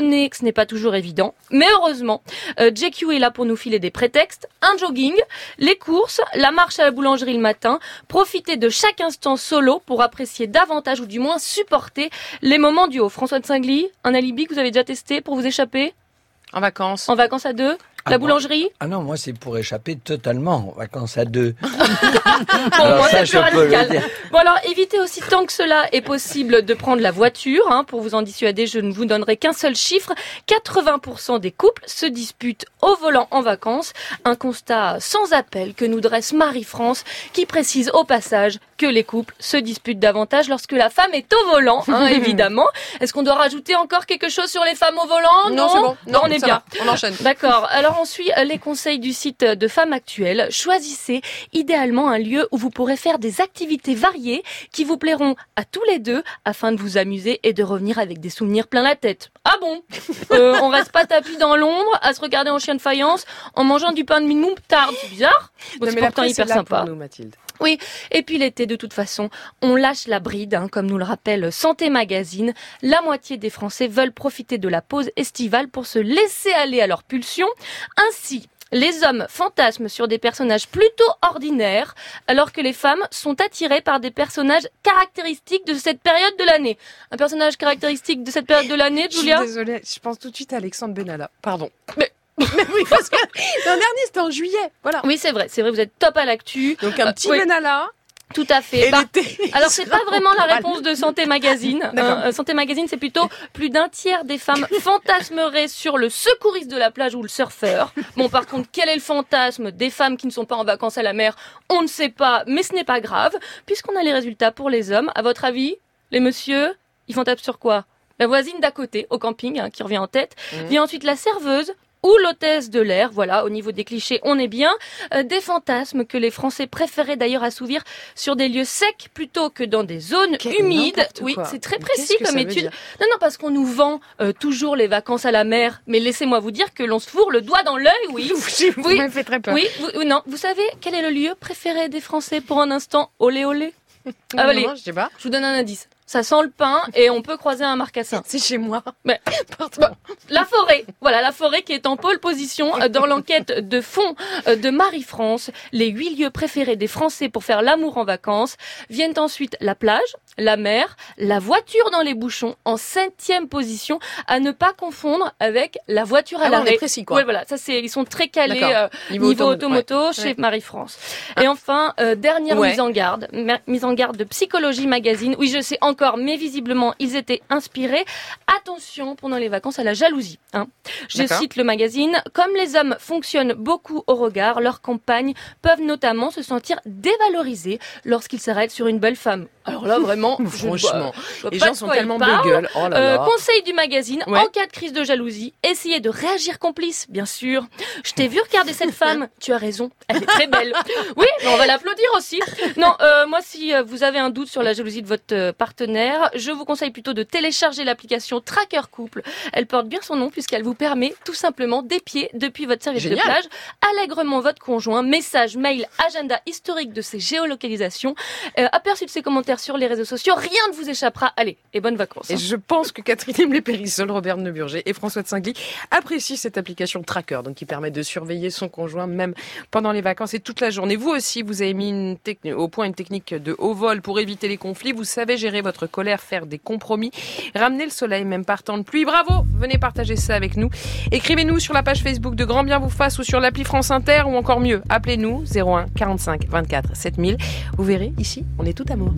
n'est pas toujours évident. Mais heureusement, euh, J Q est là pour nous filer des prétextes. Un jogging, les courses, la marche à la boulangerie le matin. Profitez de chaque instant solo pour apprécier davantage ou du moins supporter les moments du haut. François de Singly, un alibi que vous avez déjà testé pour vous échapper ? En vacances. En vacances à deux ? Ah, La moi- boulangerie ? Ah non, moi c'est pour échapper totalement en vacances à deux. Bon, Alors moi, ça, c'est je plus peux le radical. dire. Bon, alors, évitez aussi tant que cela est possible de prendre la voiture. Hein. Pour vous en dissuader, je ne vous donnerai qu'un seul chiffre. quatre-vingts pour cent des couples se disputent au volant en vacances. Un constat sans appel que nous dresse Marie-France, qui précise au passage que les couples se disputent davantage lorsque la femme est au volant, hein, évidemment. Est-ce qu'on doit rajouter encore quelque chose sur les femmes au volant ? Non, c'est bon. Non, on est ça bien. va. On enchaîne. D'accord. Alors on suit euh, les conseils du site de Femmes Actuelles. Choisissez idéalement un lieu où vous pourrez faire des activités variées qui vous plairont à tous les deux afin de vous amuser et de revenir avec des souvenirs plein la tête. Ah bon ? euh, On reste pas tapis dans l'ombre à se regarder en chien de faïence en mangeant du pain de mine moutarde. C'est bizarre ? Bon, Non, c'est mais pourtant l'après, c'est hyper là sympa. pour nous, Mathilde. Oui, et puis l'été, de toute façon, on lâche la bride, hein, comme nous le rappelle Santé Magazine. La moitié des Français veulent profiter de la pause estivale pour se laisser aller à leurs pulsions. Ainsi, les hommes fantasment sur des personnages plutôt ordinaires, alors que les femmes sont attirées par des personnages caractéristiques de cette période de l'année. Un personnage caractéristique de cette période de l'année, Julia ? Je suis désolée, je pense tout de suite à Alexandre Benalla. Pardon. Mais... Mais oui, parce que l'an dernier, c'était en juillet. Voilà. Oui, c'est vrai, c'est vrai, vous êtes top à l'actu. Donc un petit Euh, oui. Benalla. Tout à fait. Et Par- l'été, Alors il c'est sera pas vraiment la en réponse de Santé Magazine. D'accord. Euh, Santé Magazine, c'est plutôt plus d'un tiers des femmes fantasmeraient sur le secouriste de la plage ou le surfeur. Bon, par contre, quel est le fantasme des femmes qui ne sont pas en vacances à la mer ? On ne sait pas, mais ce n'est pas grave, puisqu'on a les résultats pour les hommes. À votre avis, les messieurs, ils fantasment sur quoi ? La voisine d'à côté, au camping, hein, qui revient en tête. Mmh. Vient ensuite la serveuse, ou l'hôtesse de l'air, voilà, au niveau des clichés, on est bien. Euh, des fantasmes que les Français préféraient d'ailleurs assouvir sur des lieux secs plutôt que dans des zones Quel humides. n'importe Oui, quoi. c'est très Mais précis qu'est-ce que comme ça veut étude. dire Non, non, parce qu'on nous vend euh, toujours les vacances à la mer, mais laissez-moi vous dire que l'on se fourre le doigt dans l'œil, oui. Vous oui. m'avez fait très peur. Oui, vous, non, vous savez quel est le lieu préféré des Français pour un instant ? Olé olé. Ah, allez, Non, je sais pas. je vous donne un indice. Ça sent le pain et on peut croiser un marcassin. C'est chez moi. Mais, Pardon. la forêt, voilà la forêt qui est en pôle position euh, dans l'enquête de fond euh, de Marie-France. Les huit lieux préférés des Français pour faire l'amour en vacances viennent ensuite la plage, la mer, la voiture dans les bouchons en septième position, à ne pas confondre avec la voiture à Ah ouais, on l'arrêt. est précis, quoi. Ouais, voilà, ça c'est, ils sont très calés D'accord. euh, Niveau niveau, automo- automoto ouais. chez Ouais. Marie-France. Et enfin, euh, dernière Ouais. mise en garde, ma- mise en garde de Psychologie Magazine. Oui, je sais encore, mais visiblement ils étaient inspirés. Attention pendant les vacances à la jalousie. Hein. Je D'accord. cite le magazine. Comme les hommes fonctionnent beaucoup au regard, leurs compagnes peuvent notamment se sentir dévalorisées lorsqu'ils s'arrêtent sur une belle femme. Alors là, vraiment, je ne vois- Franchement, je vois les pas gens de sont quoi ils tellement parlent. bégueules. Oh là Euh, là. conseil du magazine, Ouais. en cas de crise de jalousie, essayez de réagir complice, bien sûr. Je t'ai vu regarder cette femme, tu as raison, elle est très belle. Oui, mais on va l'applaudir aussi. Non, euh, moi, si euh, vous avez un doute sur la jalousie de votre euh, partenaire, je vous conseille plutôt de télécharger l'application Tracker Couple. Elle porte bien son nom puisqu'elle vous permet tout simplement d'épier depuis votre service Génial. de plage allègrement votre conjoint, message, mail, agenda historique de ses géolocalisations, euh, aperçu de ses commentaires sur les réseaux sociaux, rien ne vous échappera. Allez, et bonnes vacances. Et je pense que Catherine Emblé-Périssol, Robert Neuburger et François de Singly apprécient cette application Tracker, donc qui permet de surveiller son conjoint même pendant les vacances et toute la journée. Vous aussi, vous avez mis une techni- au point une technique de haut vol pour éviter les conflits. Vous savez gérer votre colère, faire des compromis, ramener le soleil même par temps de pluie. Bravo! Venez partager ça avec nous. Écrivez-nous sur la page Facebook de Grand Bien vous fasse ou sur l'appli France Inter ou encore mieux, appelez-nous zéro un quarante-cinq vingt-quatre sept mille. Vous verrez, ici, on est tout amour.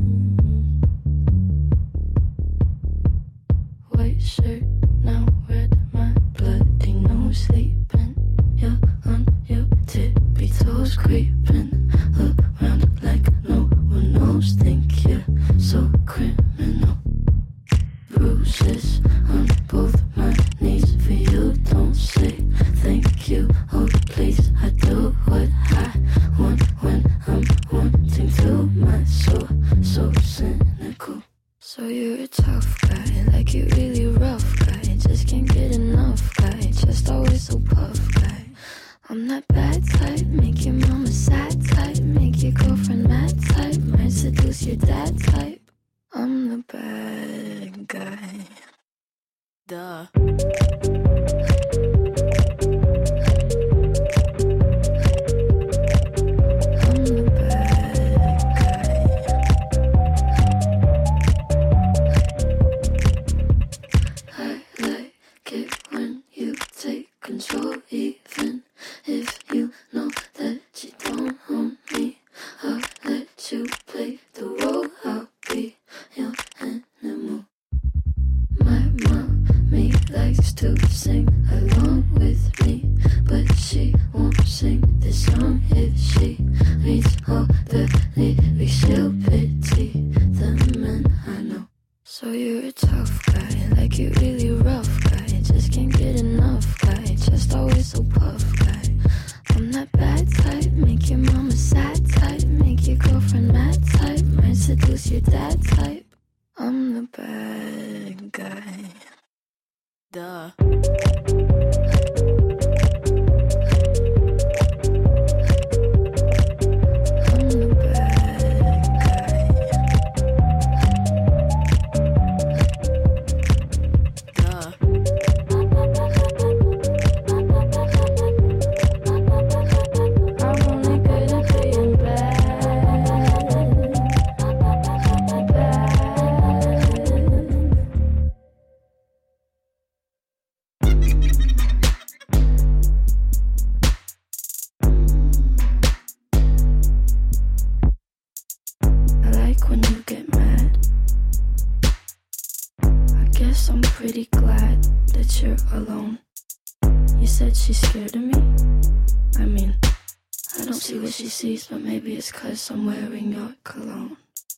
White shirt, now red, my bloody nose sleeping. You're on your tippy toes, creeping around like no one knows. Think you're so criminal. Bruises on both my knees for you. Don't say thank you. Oh, please, I do what I want when I'm wanting to. My soul, so cynical. So you're a tough guy, like you really rough guy. Just can't get enough guy, just always so puff guy. I'm that bad type, make your mama sad type, make your girlfriend mad type, might seduce your dad type. I'm the bad guy. Duh. sing along with me, but she won't sing this song if she reads all the lyrics. She'll pity the men I know. So you're a tough guy, like you really rough guy. Just can't get enough guy, just always so puff guy. I'm that bad type, make your mama sad type, make your girlfriend mad type, might seduce your dad type. I'm the bad guy. Duh. Pretty glad that you're alone. You said she's scared of me. I mean, I don't see what she sees, but maybe it's 'cause I'm wearing your cologne.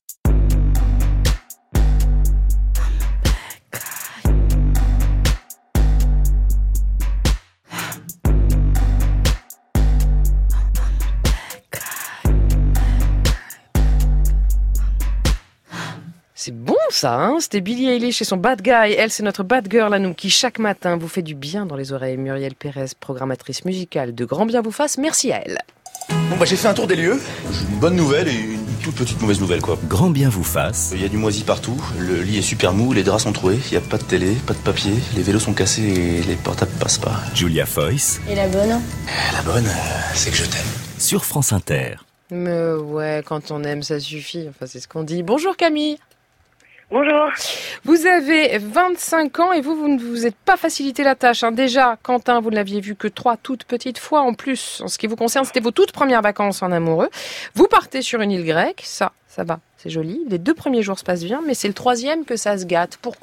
C'est bon ça, hein, c'était Billie Eilish et son Bad Guy. Elle, c'est notre Bad Girl à nous qui chaque matin vous fait du bien dans les oreilles. Muriel Pérez, programmatrice musicale de Grand Bien vous fasse. Merci à elle. Bon bah j'ai fait un tour des lieux. J'ai une bonne nouvelle et une toute petite mauvaise nouvelle quoi. Grand bien vous fasse. Il y a du moisi partout, le lit est super mou, les draps sont troués, il n'y a pas de télé, pas de papier, les vélos sont cassés et les portables passent pas. Julia Foyce. Et la bonne? La bonne, c'est que je t'aime. Sur France Inter. Mais ouais, quand on aime ça suffit, enfin c'est ce qu'on dit. Bonjour Camille. Bonjour. Vous avez vingt-cinq ans et vous, vous ne vous êtes pas facilité la tâche. Hein. Déjà, Quentin, vous ne l'aviez vu que trois toutes petites fois en plus. En ce qui vous concerne, c'était vos toutes premières vacances en amoureux. Vous partez sur une île grecque, ça, ça va, c'est joli. Les deux premiers jours se passent bien, mais c'est le troisième que ça se gâte. Pourquoi ?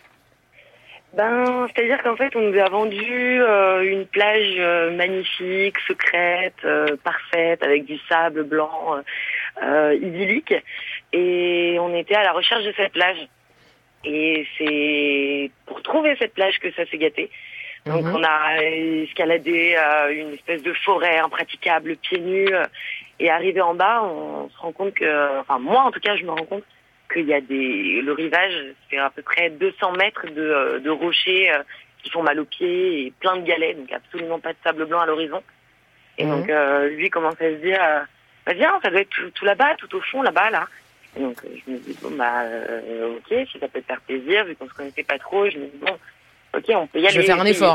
Ben, c'est-à-dire qu'en fait, on nous a vendu euh, une plage euh, magnifique, secrète, euh, parfaite, avec du sable blanc, euh, euh, idyllique. Et on était à la recherche de cette plage. Et c'est pour trouver cette plage que ça s'est gâté. Donc mmh. on a escaladé euh, une espèce de forêt impraticable, pieds nus. Et arrivé en bas, on se rend compte que, enfin moi en tout cas, je me rends compte qu'il y a des, le rivage, c'est à peu près deux cents mètres de, de rochers euh, qui font mal aux pieds et plein de galets, donc absolument pas de sable blanc à l'horizon. Et mmh. donc euh, lui commence à se dire, euh, bah viens, ça doit être tout, tout là-bas, tout au fond là-bas là. Et donc je me dis bon bah euh, ok, si ça peut te faire plaisir, vu qu'on se connaissait pas trop, je me dis bon, ok, on peut y aller. Je vais faire un effort.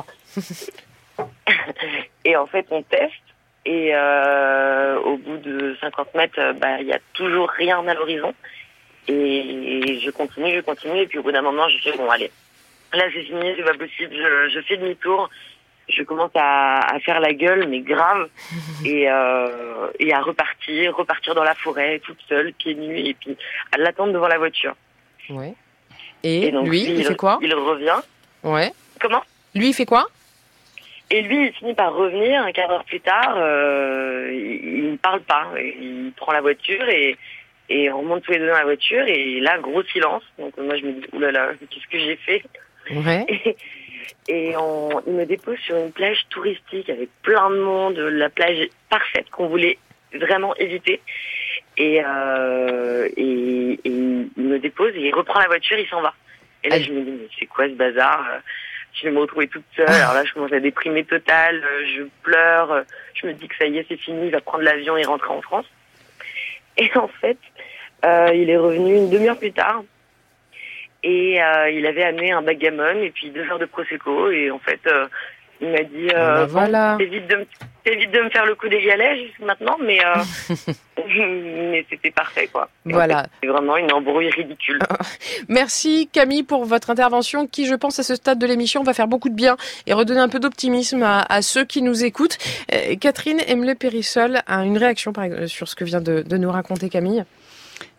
Et en fait on teste et euh, au bout de cinquante mètres, bah il y a toujours rien à l'horizon. Et je continue, je continue, et puis au bout d'un moment, je fais bon, allez, là c'est fini, c'est pas possible, je, je fais demi-tour, je commence à, à faire la gueule, mais grave, et, euh, et à repartir, repartir dans la forêt, toute seule, pieds nus, et puis à l'attendre devant la voiture. Ouais. Et, et donc, lui, il, il fait quoi ? Il revient. Ouais. Comment ? Lui, il fait quoi ? Et lui, il finit par revenir, un quart d'heure plus tard, euh, il, il ne parle pas, il prend la voiture et... Et on monte tous les deux dans la voiture et là, gros silence. Donc moi, je me dis, oulala, qu'est-ce que j'ai fait ? Ouais. Et, et on, il me dépose sur une plage touristique avec plein de monde, la plage parfaite qu'on voulait vraiment éviter. Et, euh, et, et il me dépose et il reprend la voiture, il s'en va. Et là, je me dis, mais c'est quoi ce bazar ? Je vais me retrouver toute seule. Alors là, je commence à déprimer total. Je pleure. Je me dis que ça y est, c'est fini. Il va prendre l'avion et rentrer en France. Et en fait, euh, il est revenu une demi-heure plus tard et euh, il avait amené un backgammon et puis deux heures de prosecco et en fait, euh, il m'a dit euh, ben voilà. bon, t'évites de, me, t'évites de me faire le coup des galets jusqu'à maintenant, mais, euh, mais c'était parfait quoi. Et voilà. En fait, c'est vraiment une embrouille ridicule. Merci Camille pour votre intervention qui, je pense, à ce stade de l'émission, va faire beaucoup de bien et redonner un peu d'optimisme à, à ceux qui nous écoutent. Euh, Catherine Emle-Périssol a une réaction par, sur ce que vient de, de nous raconter Camille.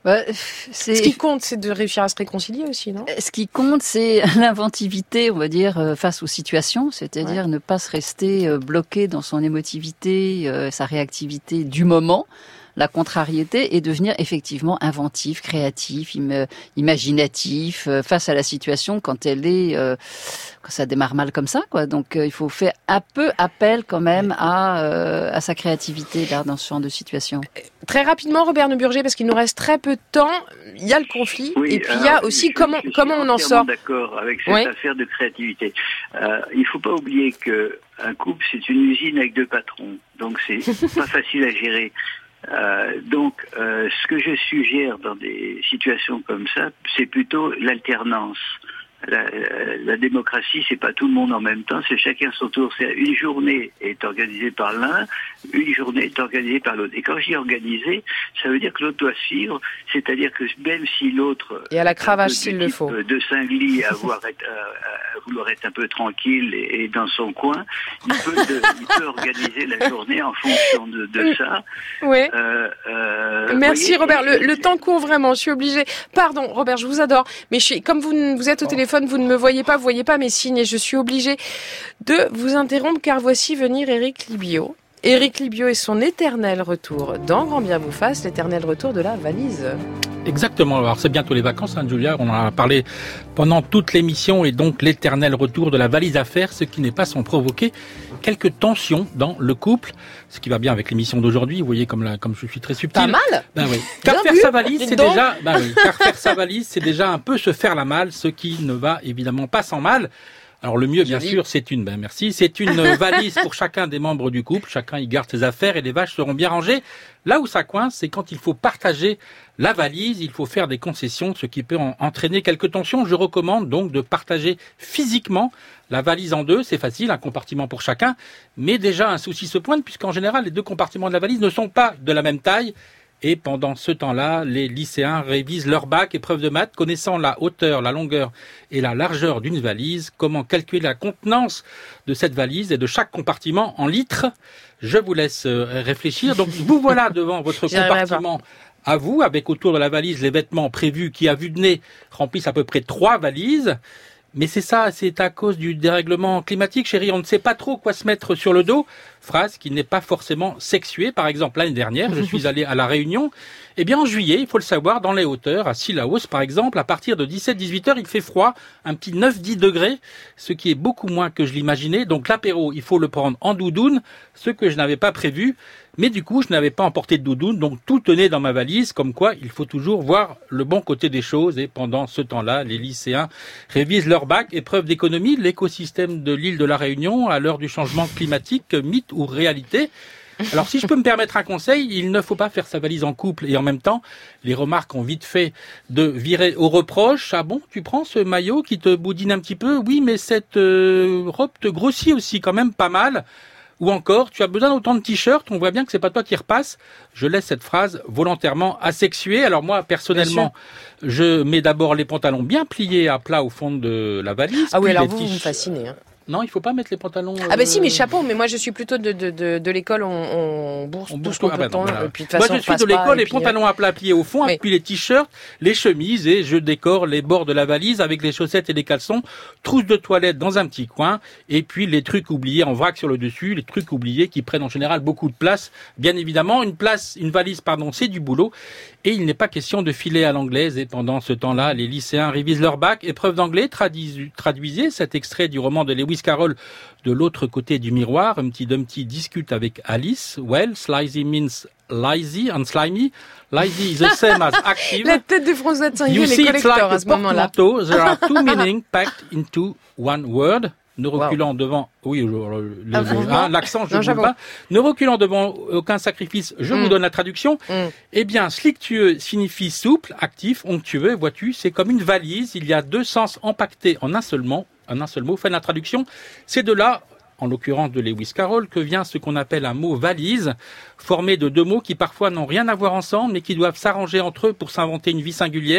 Bah, c'est... Ce qui compte, c'est de réussir à se réconcilier aussi, non? Ce qui compte, c'est l'inventivité, on va dire, face aux situations, c'est-à-dire ouais. ne pas se rester bloqué dans son émotivité, euh, sa réactivité du moment, la contrariété, et devenir effectivement inventif, créatif, im- imaginatif euh, face à la situation quand elle est, euh, quand ça démarre mal comme ça, quoi. Donc euh, il faut faire un peu appel quand même à euh, à sa créativité là dans ce genre de situation. Très rapidement, Robert Neuburger, parce qu'il nous reste très peu de temps. Il y a le conflit, oui, et puis il y a aussi je, comment je comment on en sort. D'accord avec cette oui. affaire de créativité. Euh, il faut pas oublier que un couple, c'est une usine avec deux patrons, donc c'est pas facile à gérer. Euh, donc, euh, ce que je suggère dans des situations comme ça, c'est plutôt l'alternance. La, la, la démocratie, c'est pas tout le monde en même temps, c'est chacun son tour. C'est une journée est organisée par l'un, une journée est organisée par l'autre. Et quand j'y organisé, ça veut dire que l'autre doit suivre, c'est-à-dire que même si l'autre et à la cravache s'il le faut, de Saint-Gly à vouloir être, à, à vouloir être un peu tranquille et, et dans son coin, il peut, de, il peut organiser la journée en fonction de, de ça. Oui. Euh, euh, Merci voyez, Robert. Le, le temps court vraiment. Je suis obligée. Pardon Robert, je vous adore, mais je suis comme vous vous êtes au téléphone. Vous ne me voyez pas, vous voyez pas mes signes et je suis obligée de vous interrompre car voici venir Éric Libio. Éric Libio et son éternel retour dans Grand Bien vous fasse, l'éternel retour de la valise. Exactement, alors c'est bientôt les vacances, hein, Julia, on en a parlé pendant toute l'émission et donc l'éternel retour de la valise à faire, ce qui n'est pas sans provoquer quelques tensions dans le couple, ce qui va bien avec l'émission d'aujourd'hui, vous voyez comme, la, comme je suis très subtil. Pas mal. Ben oui. Car bien faire vu. sa valise, c'est donc. déjà, ben oui, car faire sa valise, c'est déjà un peu se faire la malle, ce qui ne va évidemment pas sans mal. Alors le mieux, bien Joli. sûr, c'est une, ben merci, c'est une valise pour chacun des membres du couple. Chacun y garde ses affaires et les vaches seront bien rangées. Là où ça coince, c'est quand il faut partager la valise, il faut faire des concessions, ce qui peut en entraîner quelques tensions. Je recommande donc de partager physiquement la valise en deux. C'est facile, un compartiment pour chacun. Mais déjà, un souci se pointe, puisqu'en général, les deux compartiments de la valise ne sont pas de la même taille. Et pendant ce temps-là, les lycéens révisent leur bac, épreuve de maths, connaissant la hauteur, la longueur et la largeur d'une valise, comment calculer la contenance de cette valise et de chaque compartiment en litres. Je vous laisse réfléchir. Donc, vous voilà devant votre compartiment à vous, avec autour de la valise les vêtements prévus qui, à vue de nez, remplissent à peu près trois valises. Mais c'est ça, c'est à cause du dérèglement climatique, chérie, on ne sait pas trop quoi se mettre sur le dos. Phrase qui n'est pas forcément sexuée. Par exemple, l'année dernière, je suis allé à La Réunion. Eh bien, en juillet, il faut le savoir, dans les hauteurs, à Sillaos, par exemple, à partir de dix-sept à dix-huit heures, il fait froid, un petit neuf à dix degrés, ce qui est beaucoup moins que je l'imaginais. Donc, l'apéro, il faut le prendre en doudoune, ce que je n'avais pas prévu. Mais du coup, je n'avais pas emporté de doudoune, donc tout tenait dans ma valise, comme quoi il faut toujours voir le bon côté des choses. Et pendant ce temps-là, les lycéens révisent leur bac, épreuve d'économie, l'écosystème de l'île de la Réunion à l'heure du changement climatique, mythe ou réalité. Alors, si je peux me permettre un conseil, il ne faut pas faire sa valise en couple et en même temps, les remarques ont vite fait de virer aux reproches. Ah bon, tu prends ce maillot qui te boudine un petit peu? Oui, mais cette euh, robe te grossit aussi quand même pas mal. Ou encore, tu as besoin d'autant de t-shirts, on voit bien que c'est pas toi qui repasse. Je laisse cette phrase volontairement asexuée. Alors moi, personnellement, je mets d'abord les pantalons bien pliés à plat au fond de la valise. Ah oui, alors vous, vous me fascinez. Hein. Non, il faut pas mettre les pantalons... Ah bah euh... si, mais chapeau, mais moi je suis plutôt de, de, de, de l'école, on, on bourse on tout ce qu'on ah peut. Bah non, voilà. Puis, de moi façon, je suis de l'école, les pantalons à plat pliés au fond, oui. et puis les t-shirts, les chemises, et je décore les bords de la valise avec les chaussettes et les caleçons, trousse de toilette dans un petit coin, et puis les trucs oubliés en vrac sur le dessus, les trucs oubliés qui prennent en général beaucoup de place. Bien évidemment, une place, une valise, pardon, c'est du boulot, et il n'est pas question de filer à l'anglaise, et pendant ce temps-là, les lycéens révisent leur bac, épreuve d'anglais, traduis, traduisez cet extrait du roman de Lewis Carroll, de l'autre côté du miroir, Humpty Dumpty discute avec Alice. Well, Slizy means lazy and slimy. Lazy is the same as active. La tête de François de Saint-Guy, you les see, collecteurs it's like à ce moment-là. There are two meanings packed into one word. Ne reculant wow. devant, oui, le, le, ah, le, hein, l'accent, je ne veux pas. Ne reculant devant aucun sacrifice, je mm. vous donne la traduction. Mm. Eh bien, slictueux signifie souple, actif, onctueux. Vois-tu, c'est comme une valise. Il y a deux sens empaquetés en un seul mot. En un seul mot. Fin de la traduction. C'est de là, en l'occurrence de Lewis Carroll, que vient ce qu'on appelle un mot valise, formé de deux mots qui parfois n'ont rien à voir ensemble, mais qui doivent s'arranger entre eux pour s'inventer une vie singulière.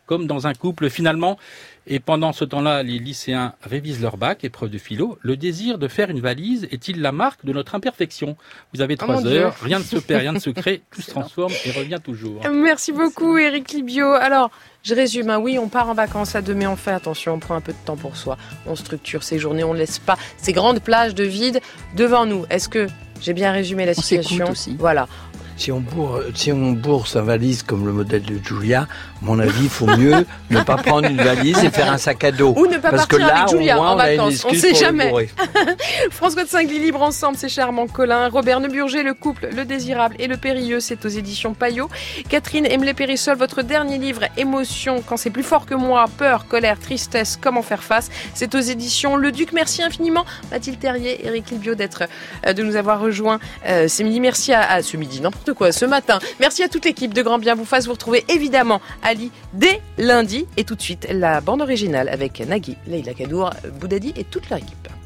comme dans un couple finalement. Et pendant ce temps-là, les lycéens révisent leur bac, épreuve de philo. Le désir de faire une valise est-il la marque de notre imperfection? Vous avez trois Oh heures, Dieu. rien ne se perd, rien ne se crée, tout se transforme et revient toujours. Merci beaucoup, Éric Libio. Alors, je résume. Hein. Oui, on part en vacances à deux, mais on fait attention. On prend un peu de temps pour soi. On structure ses journées. On ne laisse pas ces grandes plages de vide devant nous. Est-ce que j'ai bien résumé la On situation? s'écoute aussi. Voilà. Si on, bourre, si on bourre sa valise comme le modèle de Julia, à mon avis, il faut mieux ne pas prendre une valise et faire un sac à dos. Ou ne pas Parce partir que là, avec Julia au moins, en on a une vacances. On excuse sait pour le jamais. bourrer. François de Saint-Gly, Libre ensemble, c'est charmant. Colin, Robert Neuburger, Le couple, le désirable et le périlleux, c'est aux éditions Payot. Catherine Emblé-Périssol, votre dernier livre, Émotion, quand c'est plus fort que moi, peur, colère, tristesse, comment faire face, c'est aux éditions Le Duc. Merci infiniment, Mathilde Terrier, Éric Libio, d'être, euh, de nous avoir rejoints euh, ce midi. Merci à, à ce midi, n'importe quoi, ce matin. Merci à toute l'équipe de Grand Bien vous fasse. Vous retrouvez évidemment Ali dès lundi. Et tout de suite, la bande originale avec Nagui, Leïla Kadour, Boudadi et toute leur équipe.